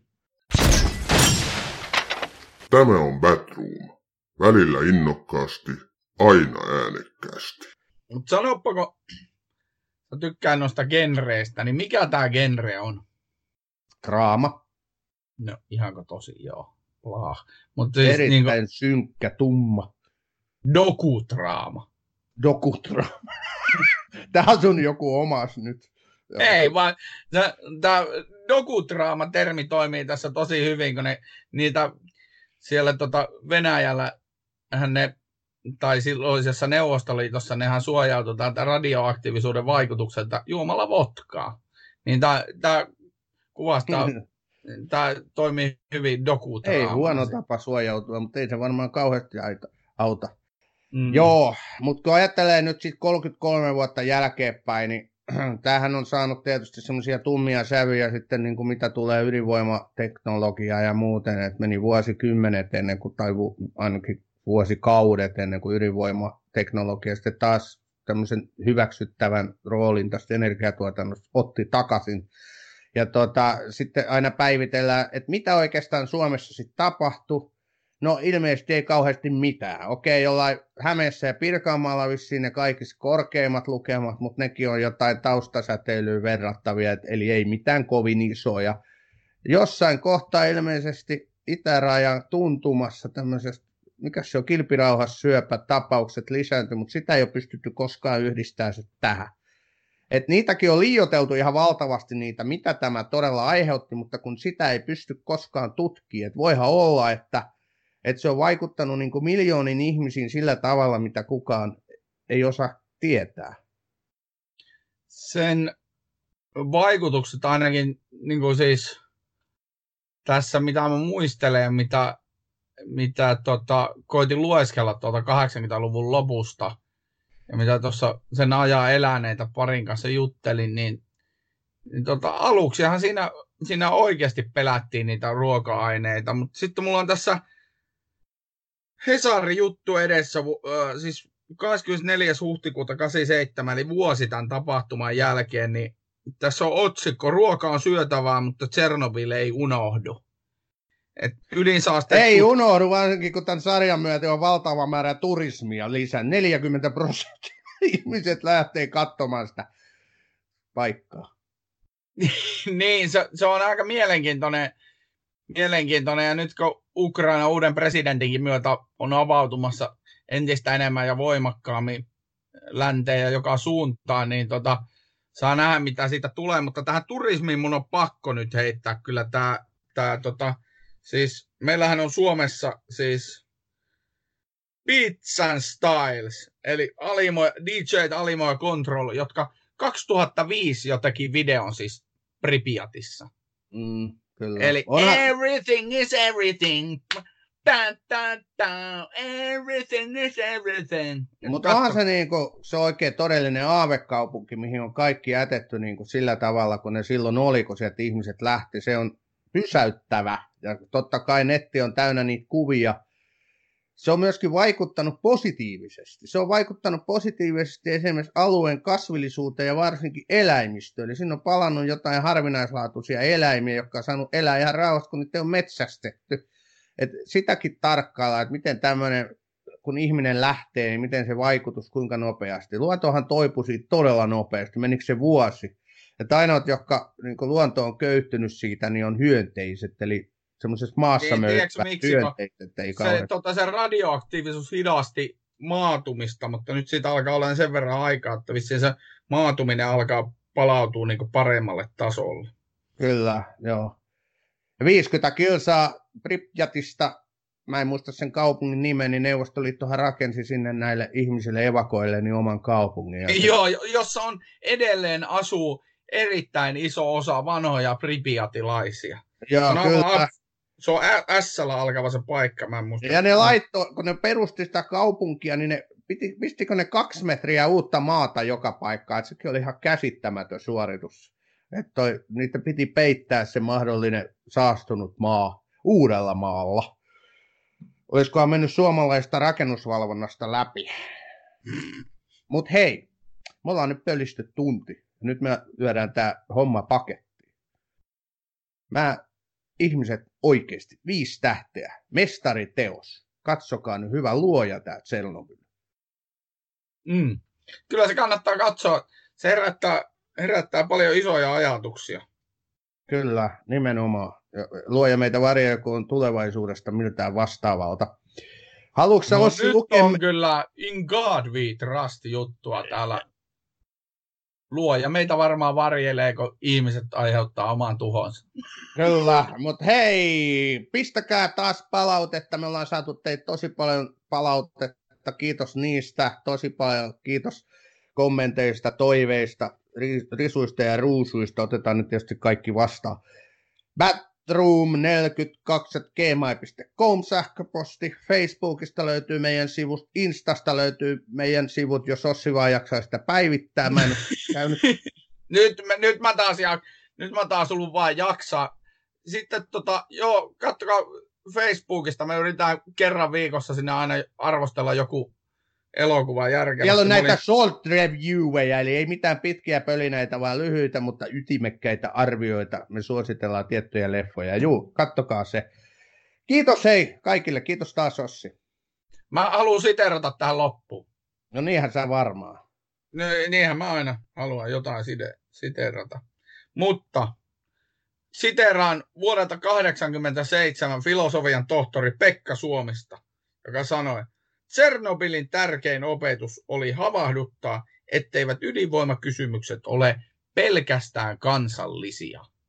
Tämä on Batroom. Välillä innokkaasti, aina äänekkäästi. Mutta sanoppa, kun sä tykkään noista genreistä, niin mikä tää genre on? Draama. No ihanko tosi, joo. Blah. Mut siis, erittäin niinku, synkkä, tumma. Dokudraama. Dokudraama. Tää on sun joku omas nyt. Ei, vaan tämä dokudraama-termi toimii tässä tosi hyvin, kun ne, niitä siellä tota Venäjällä, ne, tai silloisessa Neuvostoliitossa, nehän suojautui tältä radioaktiivisuuden vaikutukselta juomalla vodkaa. Niin tämä kuvastaa, tämä toimii hyvin dokudraamana. Ei huono tapa suojautua, mutta ei se varmaan kauheasti auta. Mm. Joo, mutta kun ajattelee nyt sitten kolmekymmentäkolme vuotta jälkeenpäin, niin tämähän on saanut tietysti semmoisia tummia sävyjä sitten, niin kuin mitä tulee ydinvoimateknologiaa ja muuten, että meni vuosikymmenet ennen kuin, tai vu, ainakin vuosikaudet ennen kuin ydinvoimateknologia sitten taas tämmöisen hyväksyttävän roolin tästä energiatuotannosta otti takaisin. Ja tota, sitten aina päivitellään, että mitä oikeastaan Suomessa sitten tapahtui. No ilmeisesti ei kauheasti mitään. Okei, jollain Hämeessä ja Pirkanmaalla vissiin ne kaikissa korkeimmat lukemat, mutta nekin on jotain taustasäteilyyn verrattavia, eli ei mitään kovin isoja. Jossain kohtaa ilmeisesti itärajan tuntumassa tämmöisestä, mikä se on, kilpirauhassyöpätapaukset lisääntyi, mutta sitä ei ole pystytty koskaan yhdistämään se tähän. Et niitäkin on liioiteltu ihan valtavasti niitä, mitä tämä todella aiheutti, mutta kun sitä ei pysty koskaan tutkimaan, että voihan olla, että Että se on vaikuttanut niin kuin miljoonin ihmisiin sillä tavalla, mitä kukaan ei osaa tietää. Sen vaikutukset ainakin niin kuin siis tässä, mitä mä muistelen, mitä, mitä tota, koitin lueskella tuota kahdeksankymmentäluvun lopusta, ja mitä tuossa sen ajaa eläneitä parin kanssa juttelin, niin, niin tota, aluksihan siinä, siinä oikeasti pelättiin niitä ruoka-aineita, mutta sitten mulla on tässä Hesarin juttu edessä, äh, siis kahdeskymmenesneljäs huhtikuuta kahdeksankymmentäseitsemän, eli vuosi tämän tapahtuman jälkeen, niin tässä on otsikko, ruoka on syötävää, mutta Tsernobyl ei unohdu. Et ydinsaasteet... Ei unohdu, varsinkin kun tämän sarjan myötä on valtava määrä turismia lisää. neljäkymmentä prosenttia ihmiset lähtee katsomaan sitä paikkaa. Niin, se, se on aika mielenkiintoinen. Mielenkiintoinen, ja nyt kun Ukraina uuden presidentinkin myötä on avautumassa entistä enemmän ja voimakkaammin länteen ja joka suuntaan, niin tota, saa nähdä mitä siitä tulee, mutta tähän turismiin mun on pakko nyt heittää kyllä tää, tää tota, siis meillähän on Suomessa siis Beats and Styles, eli Alimo, D J Alimo ja Control, jotka kaksituhattaviisi jo teki videon siis Pripyatissa. Mm, kyllä. Eli Onhan... everything is everything. Da, da, da, everything is everything. Mutta onhan se, niinku, se oikein todellinen aavekaupunki, mihin on kaikki jätetty niinku sillä tavalla, kun ne silloin oli, kun sieltä ihmiset lähti. Se on pysäyttävä. Ja totta kai netti on täynnä niitä kuvia. Se on myöskin vaikuttanut positiivisesti. Se on vaikuttanut positiivisesti esimerkiksi alueen kasvillisuuteen ja varsinkin eläimistöön. Eli siinä on palannut jotain harvinaislaatuisia eläimiä, jotka on saanut elää ihan rauhassa, kun niitä on metsästetty. Et sitäkin tarkkaillaan, että miten tämmöinen, kun ihminen lähtee, niin miten se vaikutus, kuinka nopeasti. Luontohan toipui siitä todella nopeasti, menikö se vuosi. Että ainoat, jotka niin luonto on köyhtynyt siitä, niin on hyönteiset, eli semmoisessa maassa möyttävät hyönteiset. Ei se, tota, se radioaktiivisuus hidasti maatumista, mutta nyt siitä alkaa olla sen verran aikaa, että vissiin se maatuminen alkaa palautua niin paremmalle tasolle. Kyllä, joo. viisikymmentä kilsaa Pripyatista, mä en muista sen kaupungin nimen, niin Neuvostoliittohan rakensi sinne näille ihmisille evakoille niin oman kaupungin. Se... Joo, jossa on edelleen asuu erittäin iso osa vanhoja pripyatilaisia. Joo, se kyllä. On, se on S-llä alkava se paikka, mä en muista. Ja ne laittoi, kun ne perusti sitä kaupunkia, niin ne piti, pistikö ne kaksi metriä uutta maata joka paikkaan, että sekin oli ihan käsittämätön suoritus. Että toi, niitä piti peittää se mahdollinen saastunut maa uudella maalla. Olisikohan mennyt suomalaista rakennusvalvonnasta läpi. Mut hei, me ollaan nyt pölisty tunti. Nyt me lyödään tää homma pakettiin. Mä, ihmiset oikeesti, viisi tähteä, mestariteos. Katsokaa nyt, hyvä luoja tää Tšernobyl. Mm. Kyllä se kannattaa katsoa. Se herättää, herättää paljon isoja ajatuksia. Kyllä, nimenomaan. Luoja meitä varjelkoon tulevaisuudesta miltään vastaavalta. Haluatko sä no, Ossi nyt lukea... on kyllä In God We Trust -juttua täällä. Luoja meitä varmaan varjelee, kun ihmiset aiheuttaa oman tuhonsa. Kyllä, mutta hei, pistäkää taas palautetta. Me ollaan saatu teitä tosi paljon palautetta. Kiitos niistä, tosi paljon. Kiitos kommenteista, toiveista, risuista ja ruusuista. Otetaan nyt tietysti kaikki vastaan. batroom neljäkymmentäkaksi at gmail piste com sähköposti. Facebookista löytyy meidän sivut. Instasta löytyy meidän sivut, jos Ossi vaan jaksaa sitä päivittää. Mä en käynyt. nyt, mä, nyt, mä taas, nyt mä taas ollut vaan jaksaa. Sitten tota, joo, katsokaa Facebookista. Me yritetään kerran viikossa sinne aina arvostella joku elokuva järkevästi. Siellä on näitä olin... short reviewejä, eli ei mitään pitkiä pölinäitä, vaan lyhyitä, mutta ytimekkäitä arvioita. Me suositellaan tiettyjä leffoja. Juu, kattokaa se. Kiitos hei kaikille. Kiitos taas Ossi. Mä haluan siterata tähän loppuun. No niinhän sä varmaan. No, niinhän mä aina haluan jotain siterata. Mutta siteraan vuodelta kahdeksankymmentäseitsemän filosofian tohtori Pekka Suomista, joka sanoi: Tšernobylin tärkein opetus oli havahduttaa, etteivät ydinvoimakysymykset ole pelkästään kansallisia.